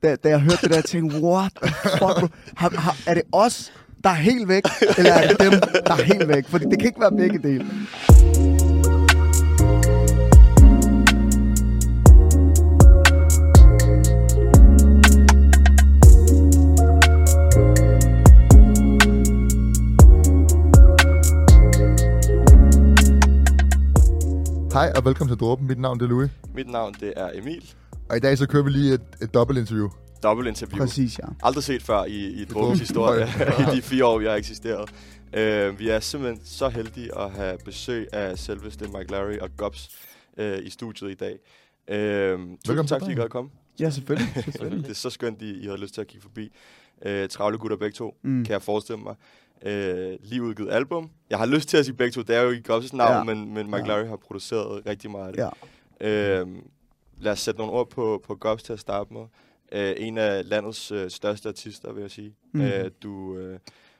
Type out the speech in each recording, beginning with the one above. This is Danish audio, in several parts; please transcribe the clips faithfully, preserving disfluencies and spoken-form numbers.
da, da jeg hørte det der, jeg tænkte, what the fuck, bro? Har, har, er det os, der er helt væk, eller er det dem, der er helt væk? Fordi det kan ikke være begge dele. Hej og velkommen til Dråben. Mit navn det er Louis. Mit navn det er Emil. Og i dag så kører vi lige et, et dobbeltinterview. Dobbeltinterview. Præcis, ja. Aldrig set før i, i Dråbens historie i de fire år, vi har eksisteret. Uh, vi er simpelthen så heldige at have besøg af selveste Mike Larry og Gobs uh, i studiet i dag. Uh, tusind tak, fordi I gad at komme. Ja, selvfølgelig. selvfølgelig. Det er så skønt, I, I havde lyst til at kigge forbi. Uh, travle gutter begge to, mm. kan jeg forestille mig. Uh, lige udgivet album. Jeg har lyst til at sige begge to, det er jo i Gobs' navn, ja. men, men Mike ja. Larry har produceret rigtig meget af det. Ja. Uh, lad os sætte nogle ord på, på Gobs til at starte med. Uh, en af landets uh, største artister, vil jeg sige. Mm. Uh, du uh,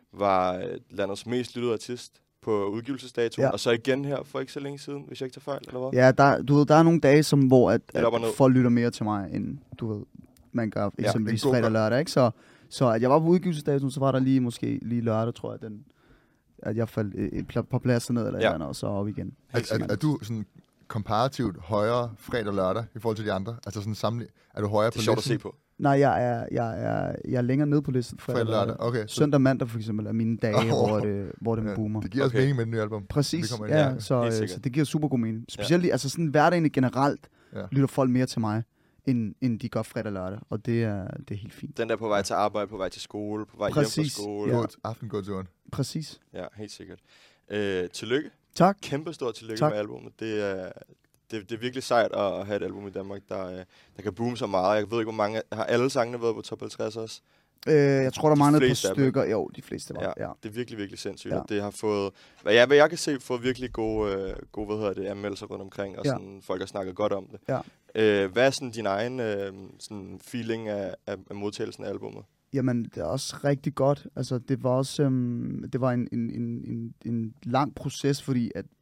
var landets mest lyttede artist på udgivelsesdatoen, ja. og så igen her for ikke så længe siden, hvis jeg ikke tager fejl, eller hvad? Ja, der, du ved, der er nogle dage, som, hvor at, at folk lytter mere til mig, end du ved, man gør eksempelvis ja, fredag og lørdag, ikke? Så, så at jeg var på udgivelsesdatoen, så var der lige måske lige lørdag, tror jeg, den, at jeg faldt et, et par pladser ned, eller ja. et eller andet, og så op igen. Er, er, er du sådan komparativt højere fredag og lørdag i forhold til de andre? Altså sådan sammenlig... Er du højere på listen? Det er sjovt at se på. Nej, jeg er, jeg er, jeg er længere nede på listen. Fredag og lørdag, okay. Søndag og mandag for eksempel er mine dage, oh, hvor det, hvor det ja, boomer. Det giver okay. også mening med det nye album. Præcis, ja, ja, så, så det giver super god mening. Specielt, ja. altså sådan hverdagen generelt, ja. lytter folk mere til mig, end, end de gør fredag og lørdag, og det er, det er helt fint. Den der på vej til arbejde, på vej til skole, på vej Præcis, hjem fra skole. Ja. Aftengåturen. Præcis. Ja, helt sikkert. Øh, tillykke. Tak. Kæmpe stort tillykke tak. med albumet. Det er... Det, det er virkelig sejt at, at have et album i Danmark, der, der kan boome så meget. Jeg ved ikke, hvor mange... Har alle sangene været på top halvtreds også? Øh, jeg tror, der manglede et par stykker. Jo, de fleste var, ja. ja. Det er virkelig, virkelig sindssygt. Ja. Det har fået... Hvad jeg, hvad jeg kan se, fået virkelig gode, øh, gode hvad hedder det, anmeldelser rundt omkring, og sådan, ja. folk har snakket godt om det. Ja. Øh, hvad er sådan din egen øh, sådan feeling af, af, af modtagelsen af albumet? Jamen, det er også rigtig godt. Altså, det var også... Øhm, det var en, en, en, en, en lang proces, fordi at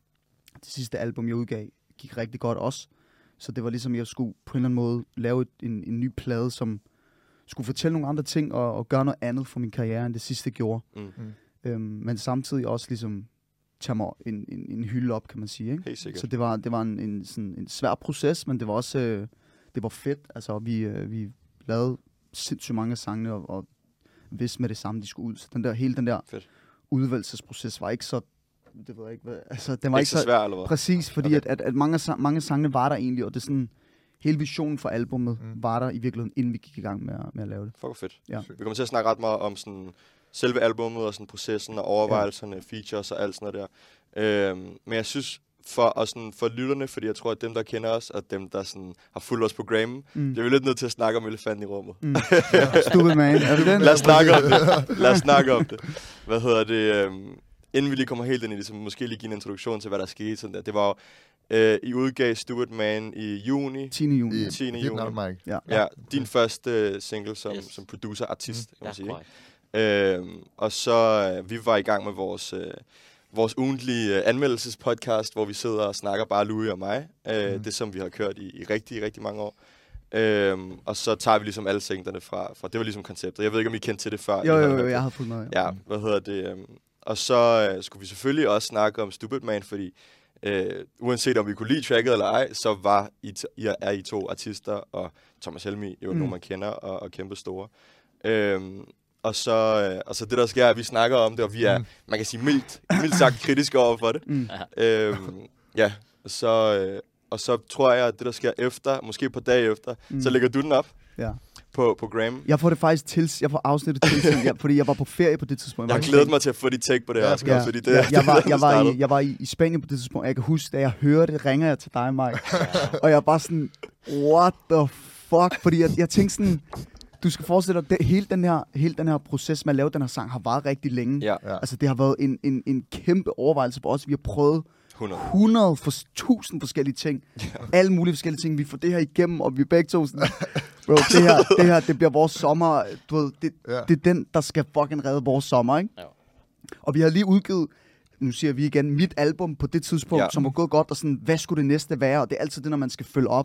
det sidste album, jeg udgav, gik rigtig godt også. Så det var ligesom, jeg skulle på en eller anden måde lave et, en, en ny plade, som skulle fortælle nogle andre ting og, og gøre noget andet for min karriere, end det sidste gjorde. Mm. Øhm, men samtidig også ligesom tage mig en, en, en hylde op, kan man sige. Ikke? Helt sikkert. Så det var, det var en, en, sådan en svær proces, men det var også øh, det var fedt. Altså, vi, øh, vi lavede sindssygt mange sange, og, og vidste med det samme, de skulle ud. Så den der, hele den der fedt. udvalgelsesproces var ikke så det ved jeg ikke, hvad, altså, den var ikke, ikke så svær, eller hvad? Præcis, fordi okay. at, at, at mange, mange sange var der egentlig, og det er sådan, hele visionen for albumet mm. var der i virkeligheden, inden vi gik i gang med at, med at lave det. Fuck fedt. Ja. Vi kommer til at snakke ret meget om sådan, selve albumet, og sådan processen, og overvejelserne, ja. features og alt sådan noget der. Øhm, men jeg synes, for, og sådan, for lytterne, fordi jeg tror, at dem, der kender os, og dem, der sådan, har fulgt os på Grammy, mm. det er vi lidt nødt til at snakke om elefanten i rummet. Mm. Stupid man, er det den? Lad os snakke om det. Lad os snakke om det. Hvad hedder det? Øhm, Inden vi lige kommer helt ind i det, så måske lige give en introduktion til, hvad der skete. Sådan der. Det var jo, øh, I udgav Stupid Man i juni. tiende juni. I, tiende juni. Mike. Ja. ja, din første single som, yes. som producer-artist, mm. kan man sige. Ja, øh, og så, øh, vi var i gang med vores, øh, vores ugentlige øh, anmeldelsespodcast, hvor vi sidder og snakker bare Louis og mig. Øh, mm. Det, som vi har kørt i, i rigtig, rigtig mange år. Øhm, og så tager vi ligesom alle singlerne fra, fra... Det var ligesom konceptet. Jeg ved ikke, om I kendte til det før. Jo, jo, jo, jeg havde fulgt med. Ja, hvad hedder det... Øh, Og så øh, skulle vi selvfølgelig også snakke om Stupid Man, fordi øh, uanset om vi kunne lide tracket eller ej, så var I, t- I er I to artister, og Thomas Helmig jo mm. nogen, man kender, og, og kæmpe store. Øhm, og, så, øh, og så det, der sker, er, at vi snakker om det, og vi er, mm. man kan sige, mildt, mildt sagt kritiske over for det. Mm. Øhm, ja, så, øh, og så tror jeg, at det, der sker efter, måske på dag efter, mm. så lægger du den op. Ja. På, på Gram. Jeg får det faktisk til, jeg får afsnittet til, ja, fordi jeg var på ferie på det tidspunkt. Jeg har glædet mig til at få dit take på det her, ja, Oscar, ja, fordi det, ja, jeg, var, det, jeg, var i, jeg var i, i Spanien på det tidspunkt, og jeg kan huske, da jeg hører det, ringer jeg til dig, Mike. Og jeg er bare sådan, what the fuck? Fordi jeg, jeg tænkte sådan, du skal forestille dig, det, hele, den her, hele den her proces med at lave den her sang har varet rigtig længe. Ja. Ja. Altså det har været en, en, en kæmpe overvejelse på os. Vi har prøvet hundrede, hundrede for, tusind forskellige ting. Ja. Alle mulige forskellige ting. Vi får det her igennem, og vi er begge to sådan... Bro, det her, det her, det bliver vores sommer. Du ved, det, ja. det er den, der skal fucking redde vores sommer, ikke? Ja. Og vi har lige udgivet, nu siger vi igen, mit album på det tidspunkt, ja. som var gået godt, og sådan, hvad skulle det næste være? Og det er altid det, når man skal følge op.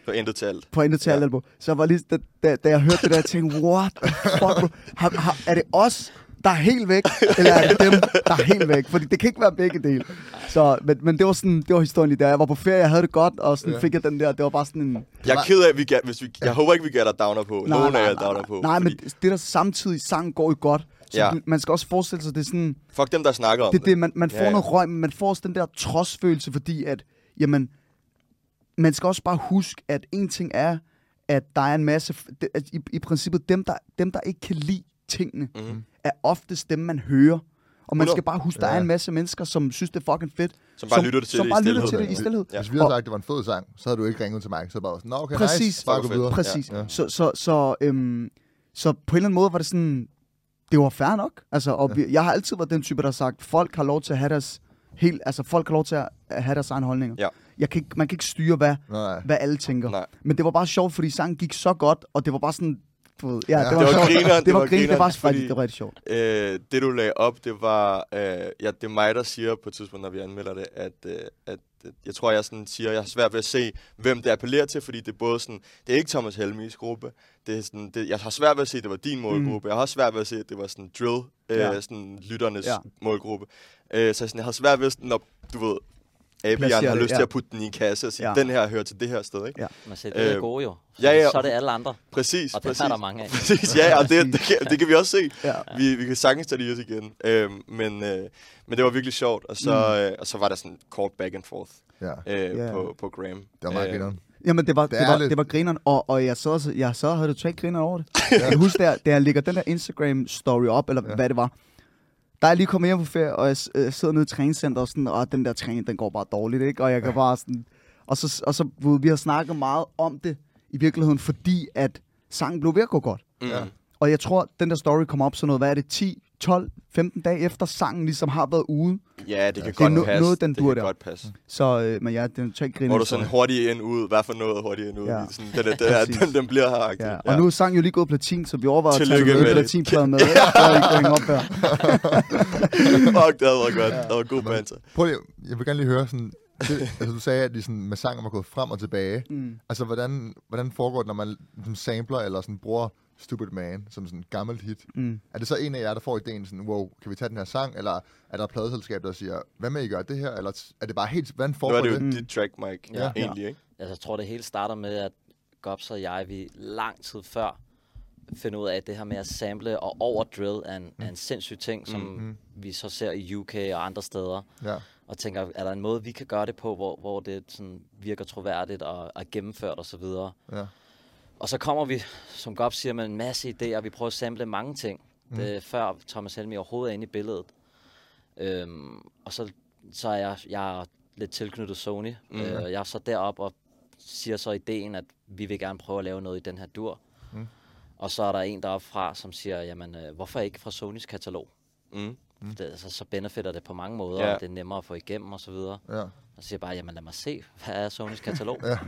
På intet til alt. På intet til alt Ja. album. Så jeg var lige, da, da, da jeg hørte det der, jeg tænkte, what the fuck, bro? Har, har, er det os, der er helt væk, eller er det dem, der er helt væk? Fordi det kan ikke være begge dele. Så, men, men det var sådan, det var historien lige der. Jeg var på ferie, jeg havde det godt, og sådan Ja. fik jeg den der, det var bare sådan en... Jeg er ked af, at vi gav, hvis vi, jeg håber ikke, vi gav dig downer på. Nogen af jer downer på. Nej, fordi, men det der samtidig sang går jo godt. Så Ja. man skal også forestille sig, det er sådan... fuck dem, der snakker om Det det. er det, man, man får Ja, ja. noget røg, men man får også den der trodsfølelse, fordi at, jamen, man skal også bare huske, at en ting er, at der er en masse, det, at i, i princippet, dem der, dem der ikke kan lide tingene, Mhm. er oftest dem, man hører. Og man hundrede. skal bare huske, der Ja. er en masse mennesker, som synes, det er fucking fedt. Som bare lytter til som det i bare lytter stilhed. til det i stillhed. Ja. Hvis vi havde Og- sagt, at det var en fed sang, så havde du ikke ringet til mig. Så havde jeg bare været sådan, nå okay, Præcis. nice, bare gå Fuck, videre. Præcis. Ja. Så, så, så, øhm, så på en eller anden måde var det sådan, det var fair nok. Altså, og vi, jeg har altid været den type, der har sagt, folk har lov til at have deres helt, altså folk har lov til at have deres egne holdninger. Ja. Jeg kan ikke, man kan ikke styre, hvad, Nej. hvad alle tænker. Nej. Men det var bare sjovt, fordi sangen gik så godt, og det var bare sådan, du ved, ja, Ja. det var, Det var sjovt. grineren, det det var var grin, det var grineren, faktisk fordi- det var rigtig sjovt. Øh, det du lagde op, det var, øh, ja, det er mig, der siger på et tidspunkt, når vi anmelder det, at, øh, at øh, jeg tror, jeg sådan siger, jeg har svært ved at se, hvem det appellerer til, fordi det er både sådan, det er ikke Thomas Helmis gruppe, det er sådan, det, jeg har svært ved at se, at det var din målgruppe, mm. jeg har også svært ved at se, at det var sådan drill, øh, Ja. sådan lytternes Ja. ja. målgruppe. Øh, så sådan, jeg har svært ved, sådan, når du ved, Abiyern Placerer har det, lyst ja. til at putte den i en kasse og sige, Ja. den her hører til det her sted, ikke? Ja. Man siger, det er Øh, gode jo. Så, ja, ja. så er det alle andre. Præcis, Og det præcis. er der mange af. Præcis, ja, og det, det, kan, det kan vi også se. Ja. Vi, vi kan sagtens tage det i os igen. Øhm, men, øh, men det var virkelig sjovt, og så, mm. øh, og så var der sådan kort back and forth Ja, øh, Ja. på, på Graham. det var meget Øh, grineren. Jamen, det var, Det det, er det var, lidt- det var grineren, og, og jeg så også, jeg så havde det totalt grineren over det. Jeg kan huske, da jeg, da jeg lægger den der Instagram-story op, eller Ja. ja. hvad det var, der er jeg lige kommet hjem på ferie, og jeg s- øh, sidder nede i træningscenter, og sådan, og den der træning, den går bare dårligt, ikke? Og jeg kan bare sådan, og så, og så vi har snakket meget om det, i virkeligheden, fordi at sangen blev ved at gå godt. Mm. Ja. Og jeg tror, den der story kommer op sådan noget, hvad er det, ti, tolv, femten dage efter sangen ligesom har været ude. Ja, det kan Det er godt no- passe. noget, den det dur kan der. godt passe. Så, øh, men ja, den er totalt grineren. Hvor du sådan hurtigt ind ud, hvad for noget hurtigt ind ud. Ja. Sådan, den, den, den, den, den bliver her. Ja, og nu er sangen jo lige gået platin, så vi overvejer at tage Tillykke noget med det. platinplade med, ikke? Så vi kan hænge op her. Fuck, det havde været godt. Det var god Men- banter. Prøv lige, jeg vil gerne lige høre sådan, det, altså du sagde, at de sådan, med sangen var gået frem og tilbage. Mm. Altså, hvordan, hvordan foregår det, når man ligesom sampler eller sådan bruger Stupid Man som sådan et gammelt hit? Mm. Er det så en af jer, der får ideen sådan, wow, kan vi tage den her sang? Eller er der et pladeselskab, der siger, hvad med I gør det her? Eller t- er det bare helt, hvordan Nu er foregår det det? jo Mm. dit track, Mike. Ja. Egentlig, ikke? Altså, jeg tror, det hele starter med, at Gobs og jeg, vi lang tid før finder ud af, at det her med at sample og over drill er en, mm. er en sindssyg ting, som Mm. vi så ser i U K og andre steder. Ja. Og tænker, er der en måde, vi kan gøre det på, hvor, hvor det sådan virker troværdigt og er gennemført osv. Ja. Og så kommer vi, som Gobs siger, med en masse idéer. Vi prøver at sample mange ting, Mm. mm. det, før Thomas Helmi overhovedet er inde i billedet. Øhm, og så, så er jeg, jeg er lidt tilknyttet Sony. Mm. Øh, jeg er så derop og siger så ideen, at vi vil gerne prøve at lave noget i den her dur. Mm. Og så er der en deroppe fra, som siger, jamen, øh, hvorfor ikke fra Sonys katalog? Mm. Mm. Det, altså, så benefitter det på mange måder, Ja. og det er nemmere at få igennem og så videre. Ja. Og så siger jeg bare, jamen lad mig se, hvad er Sonys katalog? Ja.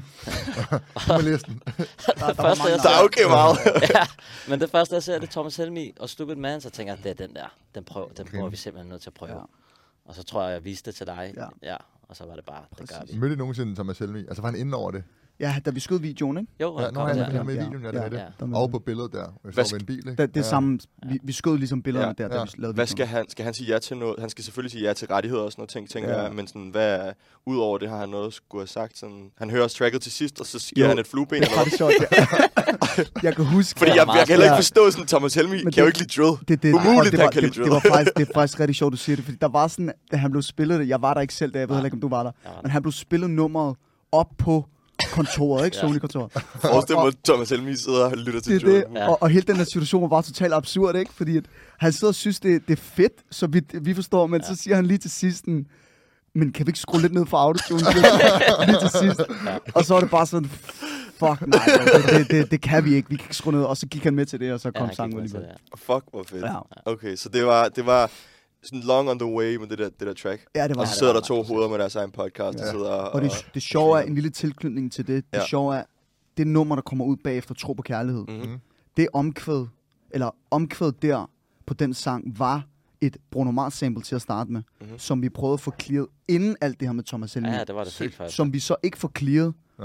På med listen. Der, der var første, mange jeg Der er okay meget. ja, men det første, jeg ser, det er Thomas Helmi og Stupid Man, så tænker jeg, det er den der. Den, prøv, den prøver vi simpelthen nødt til at prøve. Ja. Ja. Og så tror jeg, jeg viste det til dig. Ja. ja og så var det bare, det gør Præcis. vi. Mødte I nogensinde Thomas Helmi? Altså, var han inde over det? Ja, da vi skød videoen, ikke? Jo, Ja, han nå, kom han der. er med i videoen, ja, det er ja, det. ja. Der med- Og på billedet der, hvor jeg Hvad står ved en bil, ikke? Det, det er Ja. samme, vi, vi skød ligesom billederne Ja. der, da Ja. vi lavede Hvad videoen. skal han? Skal han sige ja til noget? Han skal selvfølgelig sige ja til rettigheder og sådan noget ting, tænker Ja. jeg. Men sådan, hvad er, udover det har han noget skulle have sagt. Sådan, han hører også tracket til sidst, og så giver Jo. han et flueben. Det Eller er hvad? faktisk sjovt, ja. Jeg kan huske... Fordi Ja, jeg, meget jeg kan heller ikke Ja. forstå sådan, Thomas Helmi kan Men jo det- ikke lide drill. Det, det, Umuligt, og det han var, kan det, lide det, var drill. faktisk, det er faktisk rigtig sjovt, du siger det, fordi der var sådan, da han blev spillet, jeg var der ikke selv, da jeg ved heller ikke, om du var der, Jeg var der. men han blev spillet nummeret op på kontoret, ikke? Ja. Sony-kontoret. Forestil mig, at Thomas Helmi sidder og lytter til Det er drill. det, Ja. og, og hele den der situation var bare totalt absurd, ikke? Fordi at han sidder og synes, det, det er fedt, så vi, vi forstår, men ja. så siger han lige til sidst, sådan, men kan vi ikke skrue lidt ned for autotune? lige til sidst. Ja. Og så var det bare sådan, fuck nej, det, det, det, det kan vi ikke, vi kan ikke skrue ned. Og så gik han med til det, og så Ja, kom han gik sangen med til alligevel. det, Fuck, hvor fedt. Ja. Okay, så det var, det var sådan long on the way med det der, det der track. Ja, det var Og så det sidder var der to meget hoveder med deres egen podcast, Ja. og sidder og... Og det, det sjove er en lille tilknytning til det. Det Ja. sjove er, det nummer, der kommer ud bagefter, Tro på kærlighed. Mhm. Det omkvæd, eller omkvæd der på den sang, var et Bruno Mars sample til at starte med, Mhm. som vi prøvede at få clearet inden alt det her med Thomas Helmi. Ja, det var det helt først. Som vi så ikke får clearet. Nej.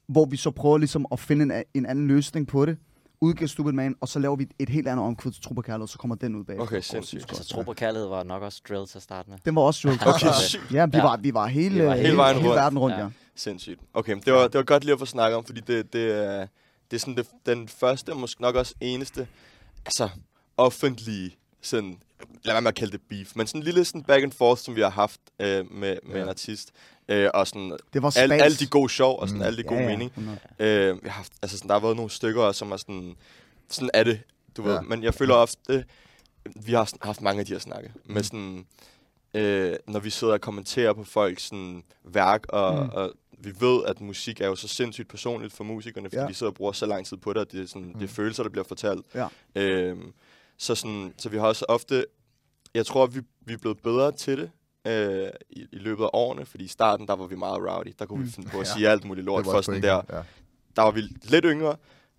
hvor vi så prøver ligesom at finde en, en anden løsning på det. Udgiver Stupid Man, og så laver vi et helt andet omkvæd til Tro på Kærlighed, så kommer den ud bag. Okay, sindssygt. Altså, Tro på Kærlighed var nok også drill til at starte med. Den var også drill. Okay, sygt. Ja, vi var, vi var hele, Vi var hele hele, vejen hele rundt. verden rundt, ja. Ja. Sindssygt. Okay, men det var, det var godt lige at få snakket om, fordi det, det, er, det er sådan det, den første, og måske nok også eneste, altså offentlige, sådan, lad være med at kalde det beef, men sådan en lille sådan back and forth, som vi har haft øh, med, med Ja. en artist. Øh, og sådan Det var alle spas. al de gode sjov, og sådan Mm. alle de gode Ja, ja, mening. hundrede. Øh, jeg har haft, altså sådan, der har været nogle stykker, også, som er sådan, sådan er det, du ved. Ja. Men jeg føler ofte, vi har sådan haft mange af de her snakke, mm. med sådan, øh, når vi sidder og kommenterer på folks sådan, værk, og, Mm. og vi ved, at musik er jo så sindssygt personligt for musikerne, fordi Ja. de sidder og bruger så lang tid på det, og det er, sådan, det er følelser, der bliver fortalt. Ja. Øhm, så, sådan, så vi har også ofte, jeg tror, vi, vi er blevet bedre til det, øh, i, i løbet af årene, fordi i starten, der var vi meget rowdy. Der kunne mm. vi finde på at Ja. sige alt muligt lort Det var for også sådan pointen, der. Ja. Der var vi lidt yngre,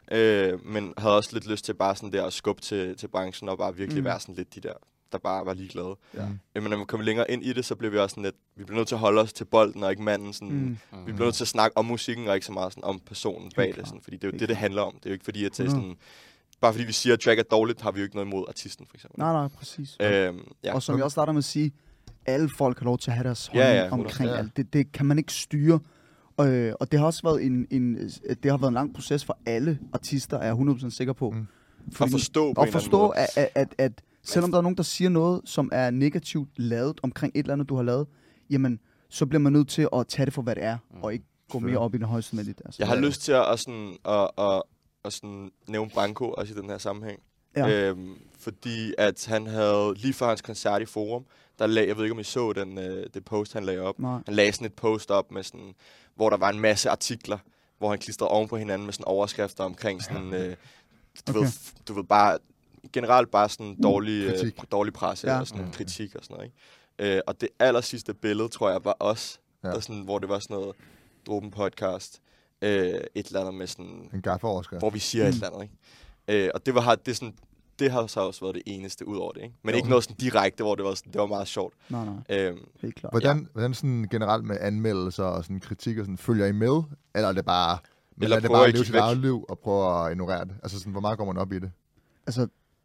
øh, men havde også lidt lyst til bare sådan der at skubbe til, til branchen og bare virkelig Mm. mm. være sådan lidt de der, der bare var ligeglade. Ja. Øh, men når vi kom længere ind i det, så blev vi også sådan lidt, vi blev nødt til at holde os til bolden og ikke manden. Sådan, Mm. mm. Vi blev nødt til at snakke om musikken og ikke så meget sådan om personen bag det, klart. sådan, fordi det er jo Helt det, det handler om. Det er jo ikke fordi, at det er hundrede. sådan, bare fordi vi siger, at track er dårligt, har vi jo ikke noget imod artisten, for eksempel. Nej, nej, præcis. Øhm, ja. Og som jeg også starter med at sige, alle folk har lov til at have deres holdning Ja, ja, ja, ja, omkring ja. alt. Det, det kan man ikke styre. Øh, og det har også været en, en, det har været en lang proces for alle artister, er jeg hundrede procent sikker på. Mm. At forstå på at en forstå, eller anden at, at, at, at selvom der er nogen, der siger noget, som er negativt lavet omkring et eller andet, du har lavet, jamen, så bliver man nødt til at tage det for, hvad det er, mm. og ikke gå mere op i den højeste med det. Altså. Jeg har Ja. lyst til at, at, sådan, at, at, at sådan nævne Branko også i den her sammenhæng. Ja. Øhm, fordi at han havde, lige før hans koncert i Forum, der lag, jeg ved ikke om I så den, øh, det post, han lagde op. Nej. Han lagde sådan et post op, med sådan, hvor der var en masse artikler, hvor han klistrede oven på hinanden med sådan overskrifter omkring sådan, øh, du, Okay. ved, f- du ved, bare, generelt bare sådan dårlig, øh, Kritik. dårlig presse Ja. og sådan Mm. kritik og sådan noget. Ikke? Øh, og det aller sidste billede, tror jeg, var os, Ja. der sådan, hvor det var sådan noget Droben podcast, øh, et eller andet med sådan, En gaffe-overskrift. hvor vi siger mm. et eller andet, ikke? Øh, og det var har det er sådan, det har så også været det eneste ud over det, ikke? Men Jo. ikke noget sådan direkte, hvor det var sådan, det var meget sjovt. Nej, nej, Øhm, helt klart. Hvordan, ja. hvordan sådan generelt med anmeldelser og sådan kritik og sådan, følger I med? Eller er det bare, Eller eller er det prøver bare I at leve at sit kigge eget liv og prøve at ignorere det? Altså sådan, hvor meget går man op i det? Altså,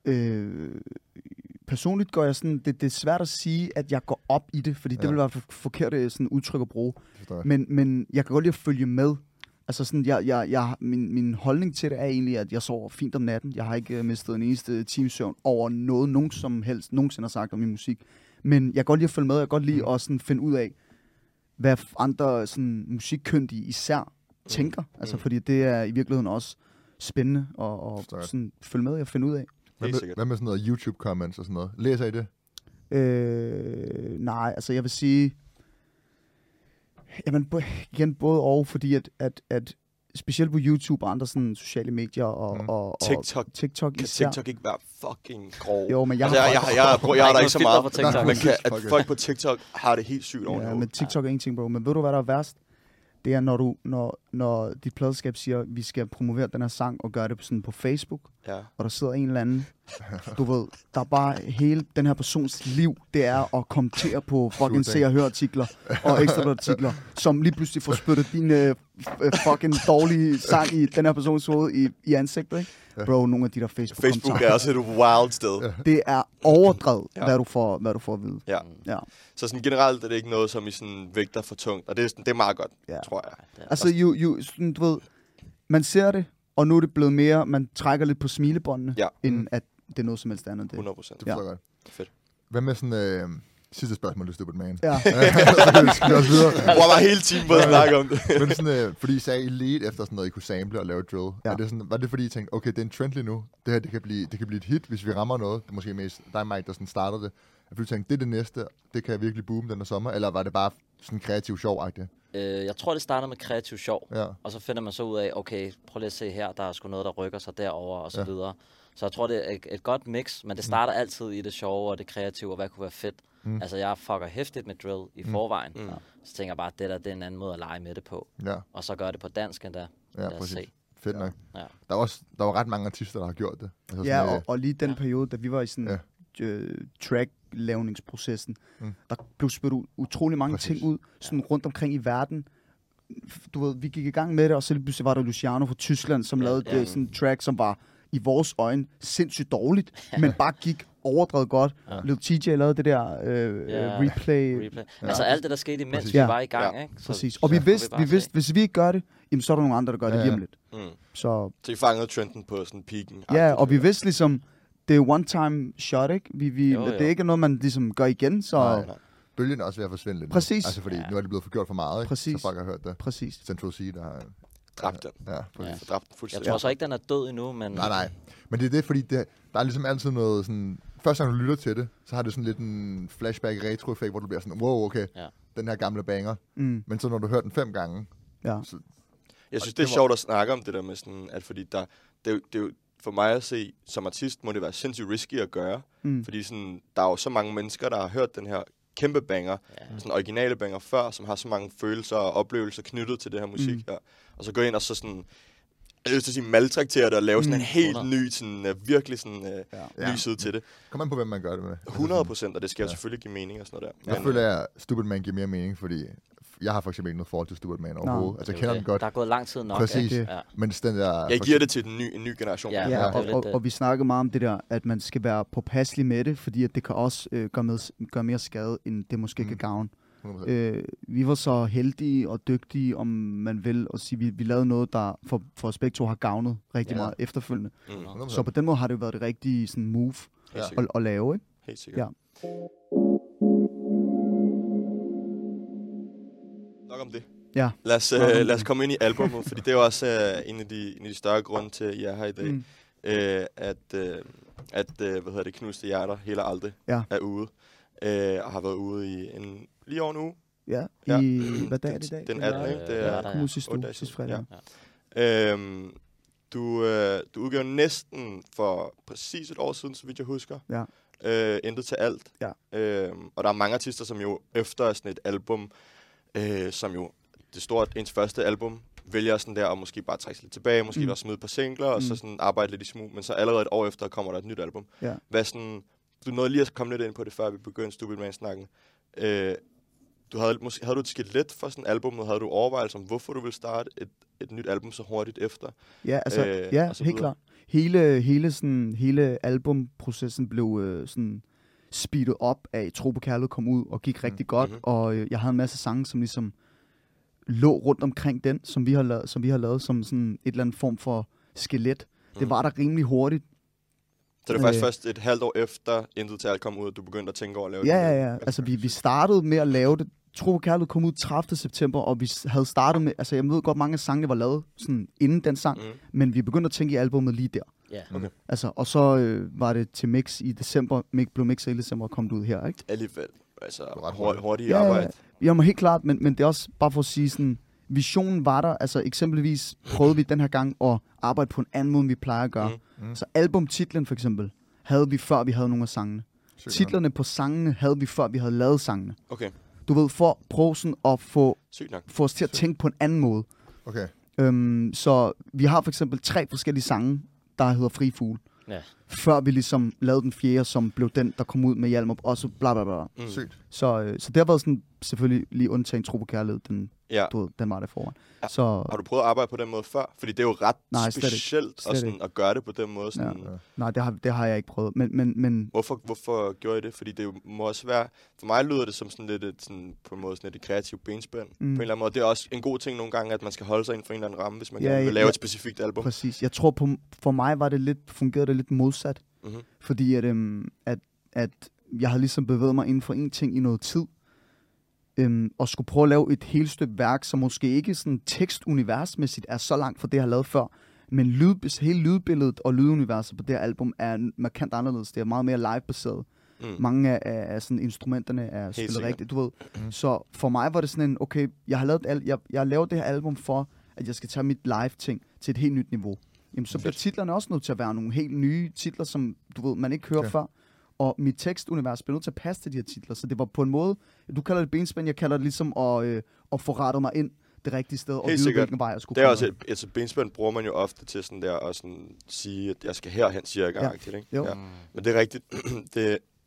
øh, personligt går jeg sådan, det, det er svært at sige, at jeg går op i det, fordi ja. det Ja. vil være for, forkert øh, sådan udtryk at bruge. Forstår jeg. Men, men jeg kan godt lide at følge med. Altså sådan, jeg, jeg, jeg, min, min holdning til det er egentlig, at jeg sover fint om natten. Jeg har ikke uh, mistet en eneste times søvn over noget, nogen som helst nogensinde har sagt om min musik. Men jeg kan godt lide at følge med. Jeg kan godt lide at sådan finde ud af, hvad andre sådan, musikkyndige især tænker. Altså, Mm. fordi det er i virkeligheden også spændende at, at Forstår jeg. sådan, følge med og finde ud af. Hvad Helt med, sikkert. hvad med sådan noget YouTube-comments og sådan noget? Læser I det? Øh, nej, altså jeg vil sige, jamen bo- igen både og, fordi at, at, at specielt på YouTube og andre sådan sociale medier og, Mm. og, og TikTok. TikTok Kan især. TikTok ikke være fucking grov? Jo, men jeg altså, har jeg, jeg, jeg, jeg, jeg, jeg, er der ikke så meget. på TikTok. Men kan, at Fuck it. folk på TikTok har det helt sygt over Ja, det. men TikTok er ingenting, bro. Men ved du, hvad der er værst? Det er, når, du, når, når dit pladeskab siger, at vi skal promovere den her sang og gøre det sådan på Facebook, Ja. og der sidder en eller anden, du ved, der er bare hele den her persons liv, det er at kommentere på fucking se og høre artikler og ekstra artikler, som lige pludselig får spyttet din øh, f- øh, fucking dårlige sang i den her persons hoved i, i ansigtet, ikke? Bro, nogle af de der Facebook Facebook er også et wild sted. det er overdrevet, Ja. hvad, du får, hvad du får at vide. Ja. Ja. Så sådan generelt er det ikke noget, som I sådan vægter for tungt. Og det er, sådan, det er meget godt, Ja. tror jeg. Det er- Altså, jo, jo, sådan, du ved, man ser det, og nu er det blevet mere, man trækker lidt på smilebåndene, Ja. end Mm. at det er noget som helst andet. Det. hundrede procent. Det forstår Ja. jeg godt. Fedt. Hvad med sådan... Øh, sidste spørgsmål, det Stupid Man. Ja. Så skal vi også videre. Hvor var hele tiden på at snakke om det. Men sådan, øh, fordi I sagde, I ledte efter sådan noget, I kunne sample og lave drill. Ja. Er det sådan, var det fordi, I tænkte, okay, det er en trend lige nu. Det her, det kan blive, det kan blive et hit, hvis vi rammer noget. Det er måske mest dig, Mike, der sådan starter det. Jeg følte, tænkte, det er det næste. Det kan virkelig boome den her sommer. Eller var det bare sådan kreativ sjov-agtigt? Øh, jeg tror, det starter med kreativ sjov, Ja. og så finder man så ud af, okay, prøv lige at se her, der er sgu noget, der rykker sig derover og så Ja. videre. Så jeg tror, det er et, et godt mix, men det starter mm. altid i det sjove og det kreative, og hvad kunne være fedt. Mm. Mm. Altså, jeg fucker hæftigt med drill i Mm. forvejen. Mm. Så tænker jeg bare, at det der, det er en anden måde at lege med det på. Ja, Og så gør det på dansk endda. ja, Lad os præcis. se. Fedt nok. Ja. Der var også der var ret mange artister, der har gjort det. Altså Ja, sådan, og, øh, og lige den Ja. periode, da vi var i sådan Ja. øh, track-lavningsprocessen, Mm. der blev spyttet u- utrolig mange Præcis. ting ud, sådan rundt omkring i verden, du ved, vi gik i gang med det, og så lige pludselig var der Luciano fra Tyskland, som Ja, lavede ja. det, sådan en track, som var i vores øjne sindssygt dårligt, men bare gik overdrevet godt. Ja. Lil T J lavede det der øh, Ja. replay. Replay. Altså alt det, der skete imens Præcis. vi Ja. var i gang, Ja. ikke? Så, Præcis. så Og vi får vidste, bare vi se. vidste, hvis vi ikke gør det, jamen, så er der nogle andre, der gør Ja, det ja. lige om lidt. Mm. Så Så I fangede trenden på sådan peaken. ja, og vi vidste ligesom, det er one time shot, ikke? Vi, vi, Jo, jo. Det er ikke noget, man ligesom gør igen, så Nej. Nej. Bølgen er også ved at forsvinde lidt. nu. Præcis. Altså, fordi Ja. nu er det blevet forgjort for meget, ikke? Præcis. Så folk har hørt det. præcis. Central C, der har... Dræbt den. Ja, præcis. Ja. For dræbt den Jeg fuldstændig. tror så ikke, den er død endnu, men... Nej, nej. Men det er det, fordi det, der er ligesom altid noget sådan... Første gang du lytter til det, så har det sådan lidt en flashback retro-effekt, hvor du bliver sådan, wow, okay, Ja. den her gamle banger. Mm, Men så når du hører den fem gange, ja. så Jeg synes, Og det er det var- sjovt at snakke om det der med sådan, at fordi der, det, er jo, det er jo, for mig at se, som artist må det være sindssygt risky at gøre. Mm. Fordi sådan, der er jo så mange mennesker, der har hørt den her kæmpe banger, Ja. sådan originale banger før, som har så mange følelser og oplevelser knyttet til det her musik Mm. her. Og så gå ind og så sådan, jeg vil sige, maltraktere det og lave sådan Mm. en helt hundrede. ny, sådan, uh, virkelig sådan, uh, Ja. ny side til det. kom an på, hvem man gør det med. hundrede procent, og det skal jo Ja. selvfølgelig give mening og sådan noget der. Jeg Men, føler, at Stupid Man giver mere mening, fordi jeg har for eksempel ikke noget forhold til Stupid Man overhovedet. Altså, jeg Det er kender jo den det. godt, Der er gået lang tid nok. Præcis. ikke? Ja. men den der... jeg giver det til den ny, en ny generation. Ja. Ja, det er og, lidt og, det. og vi snakker meget om det der, at man skal være påpasselig med det, fordi at det kan også øh, gøre, med, gøre mere skade, end det måske Mm. mm. kan gavne. hundrede procent. Øh, vi var så heldige og dygtige, om man vil, at sige, vi, vi lavede noget, der for, for os begge to har gavnet rigtig Ja. ja. meget efterfølgende. Mm. hundrede procent. Så på den måde har det jo været det rigtige sådan, move Helt Ja. sikkert. at, at lave, ikke? Helt sikkert. Ja. Nok om det. Ja. Lad os, Nok om øh, det. lad os komme ind i albummet, fordi det er jo også øh, en, af de, en af de større grunde til, at I er her i dag. Mm. Mm. Øh, at, øh, at øh, hvad hedder det, Knuste Hjerter, hele aldrig, Ja. er ude. Øh, og har været ude i en, lige over en uge. Ja, Ja. i, hvad dag er det i dag? Den Det attende, er- ikke? Det Ja, er der, Kom ud sidste otte uge, dage sidste siden. fredag. Øhm, du, øh, du udgav næsten for præcis et år siden, så vidt jeg husker. Ja. Øh, Intet til alt. Ja. Øhm, og der er mange artister, som jo efter sådan et album, øh, som jo det store, ens første album, vælger sådan der at måske bare trække sig lidt tilbage, måske Mm. bare smide et par singler, og så Mm. sådan arbejde lidt i smug. Men så allerede et år efter kommer der et nyt album. Ja. Hvad sådan, du nåede lige at komme lidt ind på det, før vi begyndte Stupid Man-snakken. Øh, du havde, måske, havde du et skelet for sådan et album, og havde du overvejelser om, hvorfor du ville starte et, et nyt album så hurtigt efter? Ja, altså, Øh, øh, ja, og så helt videre. klart. Hele, hele, sådan, hele albumprocessen blev øh, sådan speedet op af Tro på Kærlighed kom ud og gik rigtig godt, Mhm. og øh, jeg havde en masse sange, som ligesom lå rundt omkring den, som vi har lavet, som vi har lavet som sådan et eller andet form for skelet. Det Mhm. var der rimelig hurtigt. Så det var faktisk øh, først et halvt år efter Intet til alt kom ud, at du begyndte at tænke over at lave Ja, det. ja, ja. Altså, vi, vi startede med at lave det. Tro på Kærlighed kom ud tredivte september, og vi s- havde startet med, altså jeg ved godt, mange af sangene var lavet sådan inden den sang, Mm. men vi begyndte at tænke i albumet lige der. Ja. Okay. Altså, og så øh, var det til mix i december, mix, blev mixet i december og kom det ud her, ikke? Alligevel. Altså, ret hurtigt, hurtigt. hurtigt Ja, ja, arbejde. Jamen helt klart, men, men det er også bare for at sige sådan, visionen var der, altså eksempelvis prøvede vi den her gang at arbejde på en anden måde, end vi plejer at gøre. Mm. Mm. Så albumtitlen for eksempel, havde vi før vi havde nogle af sangene. Sygt, Titlerne på sangene havde vi før vi havde lavet sangene. Okay, Du ved, for at prøve sådan at få, sygt nok. få os til at tænke på en anden måde. ja. Okay. Øhm, så vi har for eksempel tre forskellige sange, der hedder Fri Fugle. Ja. Før vi ligesom lavede den fjerde, som blev den, der kom ud med Hjalmar, og så bla bla bla. Mm. Sygt. Så, øh, så det har været sådan, selvfølgelig lige undtagen Tro på Kærlighed, den, Ja. du ved, den var der foran. Ja. Så Har du prøvet at arbejde på den måde før? Fordi det er jo ret Nej, slet ikke. specielt Slet at, sådan, ikke. at gøre det på den måde. Sådan, Ja. nej, det har, det har jeg ikke prøvet. Men, men, men Hvorfor, hvorfor gjorde I det? Fordi det jo må også være... For mig lyder det som sådan lidt et, sådan, på en måde sådan et kreativt benspænd. Mm. På en eller anden måde. Det er også en god ting nogle gange, at man skal holde sig inden for en eller anden ramme, hvis man Ja, ja, gerne vil ja, lave ja. et specifikt album. præcis. Jeg tror, på, for mig var det lidt, fungerede det lidt modsat. Mm-hmm. Fordi at, øhm, at, at jeg havde ligesom bevæget mig inden for en ting i noget tid. Øhm, og skulle prøve at lave et helt stykke værk, som måske ikke sådan tekstuniversmæssigt er så langt fra det, jeg har lavet før. Men lyd, hele lydbilledet og lyduniverset på det her album er markant anderledes. Det er meget mere live-baseret. Mm. Mange af, af, af sådan instrumenterne er spillet sikkert. rigtigt, du ved. Mhm. Så for mig var det sådan en, okay, jeg har lavet, et al- jeg, jeg har lavet det her album for, at jeg skal tage mit live-ting til et helt nyt niveau. Jamen, så bliver Fedt. titlerne også nødt til at være nogle helt nye titler, som du ved, man ikke hører Okay. okay. før. Og mit tekstunivers bliver nødt til at passe til de her titler. Så det var på en måde, du kalder det benspænd, jeg kalder det ligesom at, øh, at få rettet mig ind det rigtige sted, og Helt vide, sikkert. hvilken vej jeg skulle Det er gå. også et, altså benspænd bruger man jo ofte til sådan der at sådan sige, at jeg skal herhen cirka. Ja. Ikke? Jo. Ja. Men det er rigtigt. det,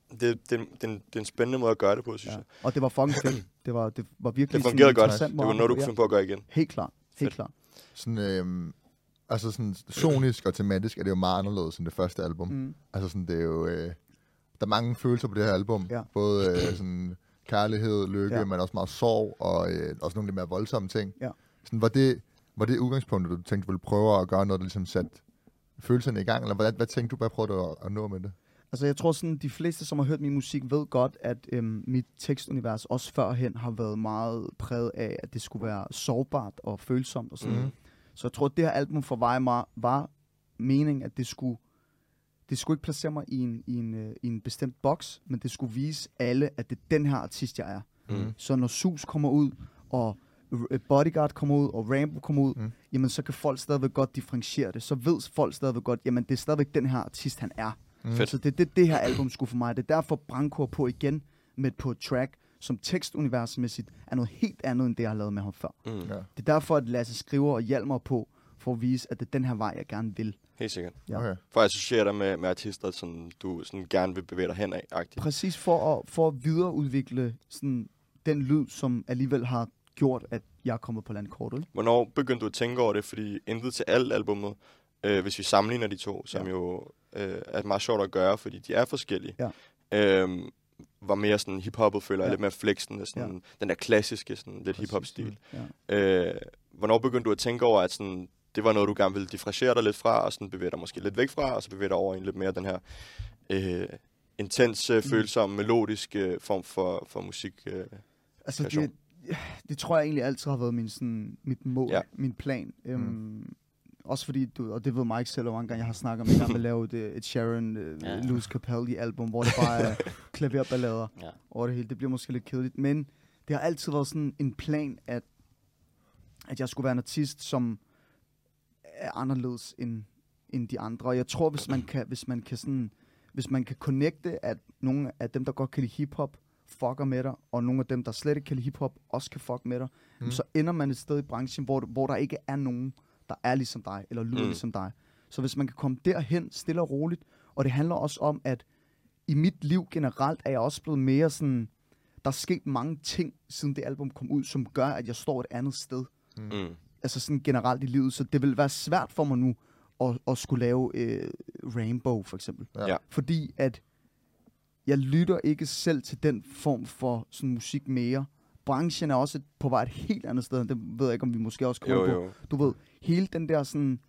det, det, det, det, er en, det er en spændende måde at gøre det på, synes Ja. jeg. Og det var fucking fedt. Det var, det var virkelig Det fungerede sådan en godt. interessant Det var måde noget, du at- kunne finde på at gøre igen. Helt klart. Helt Fedt. klart. Sådan, øhm, altså sådan sonisk og tematisk er det jo meget anderledes end det første album. Mm. Altså sådan, det er jo... Øh, der er mange følelser på det her album. Ja. Både øh, sådan kærlighed, lykke, Ja. men også meget sorg, og øh, også nogle lidt mere voldsomme ting. Ja. Sådan, var det, var det udgangspunktet, du tænkte, du ville prøve at gøre noget, der ligesom satte følelserne i gang? Eller hvad, hvad tænkte du, hvad prøvede du at, at nå med det? Altså, jeg tror sådan, de fleste, som har hørt min musik, ved godt, at øhm, mit tekstunivers også førhen har været meget præget af, at det skulle være sårbart og følsomt og sådan Mhm. noget. Så jeg tror, at det her album for mig var, var meningen, at det skulle, det skulle ikke placere mig i en, i, en, øh, i en bestemt boks, men det skulle vise alle, at det er den her artist, jeg er. Mm. Så når Sus kommer ud, og øh, Bodyguard kommer ud, og Rambo kommer ud, Mm. mm. jamen så kan folk stadigvæk godt differentiere det. Så ved folk stadigvæk godt, jamen det er stadigvæk den her artist, han er. Mm. Fedt. Så det er det, det her album skulle for mig. Det er derfor Branko er på igen med på et track, som tekstuniversmæssigt er noget helt andet, end det, jeg har lavet med ham før. Mm. Ja. Det er derfor, at Lasse skriver og Hjalmar på, for at vise, at det er den her vej, jeg gerne vil. Helt sikkert. Ja. Okay. For at associere dig med, med artister, som du sådan gerne vil bevæge dig hen af-agtigt. Præcis for at, for at videreudvikle sådan, den lyd, som alligevel har gjort, at jeg er kommet på landkortet. Ikke? Hvornår begyndte du at tænke over det? Fordi Intet til alt albumet, øh, hvis vi sammenligner de to, som Ja. jo øh, er meget sjovt at gøre, fordi de er forskellige, Ja. øh, var mere sådan hip-hoppet, føler jeg, Ja. lidt mere flexen, sådan, Ja. den der klassiske, sådan, lidt Præcis. hip-hop-stil. Ja. Øh, hvornår begyndte du at tænke over, at sådan, det var noget, du gerne ville differentiere dig lidt fra, og sådan bevæge dig måske lidt væk fra, og så bevæge dig over i en lidt mere den her øh, intens, øh, følsomme, melodiske form for, for musik. Øh. Altså, Passion. det, det tror jeg egentlig altid har været min, sådan, mit mål, Ja. ja. min plan. Øhm, mm. Også fordi, du, og det ved mig ikke selv, hvor mange gange jeg har snakket om, at jeg vil lave et, et Sharon, uh, Ja. ja. Lewis Capaldi-album, hvor det bare er klaverballader Ja. over det hele. Det bliver måske lidt kedeligt, men det har altid været sådan en plan, at, at jeg skulle være en artist, som er anderledes end, end de andre. Og jeg tror, hvis man kan, hvis man kan sådan, hvis man kan connecte, at nogle af dem, der godt kan lide hiphop, fucker med dig, og nogle af dem, der slet ikke kan lide hiphop, også kan fuck med dig, Mm. mm. så ender man et sted i branchen, hvor, hvor der ikke er nogen, der er ligesom dig, eller lyder Mm. mm. ligesom dig. Så hvis man kan komme derhen, stille og roligt, og det handler også om, at i mit liv generelt, er jeg også blevet mere sådan, der er sket mange ting, siden det album kom ud, som gør, at jeg står et andet sted. Mm. Altså sådan generelt i livet, så det vil være svært for mig nu, at, at skulle lave øh, Rainbow, for eksempel. Ja. Ja. Fordi at jeg lytter ikke selv til den form for sådan musik mere. Branchen er også på vej et helt andet sted, det ved jeg ikke, om vi måske også kommer Jo, på. jo. Du ved, hele den der sådan,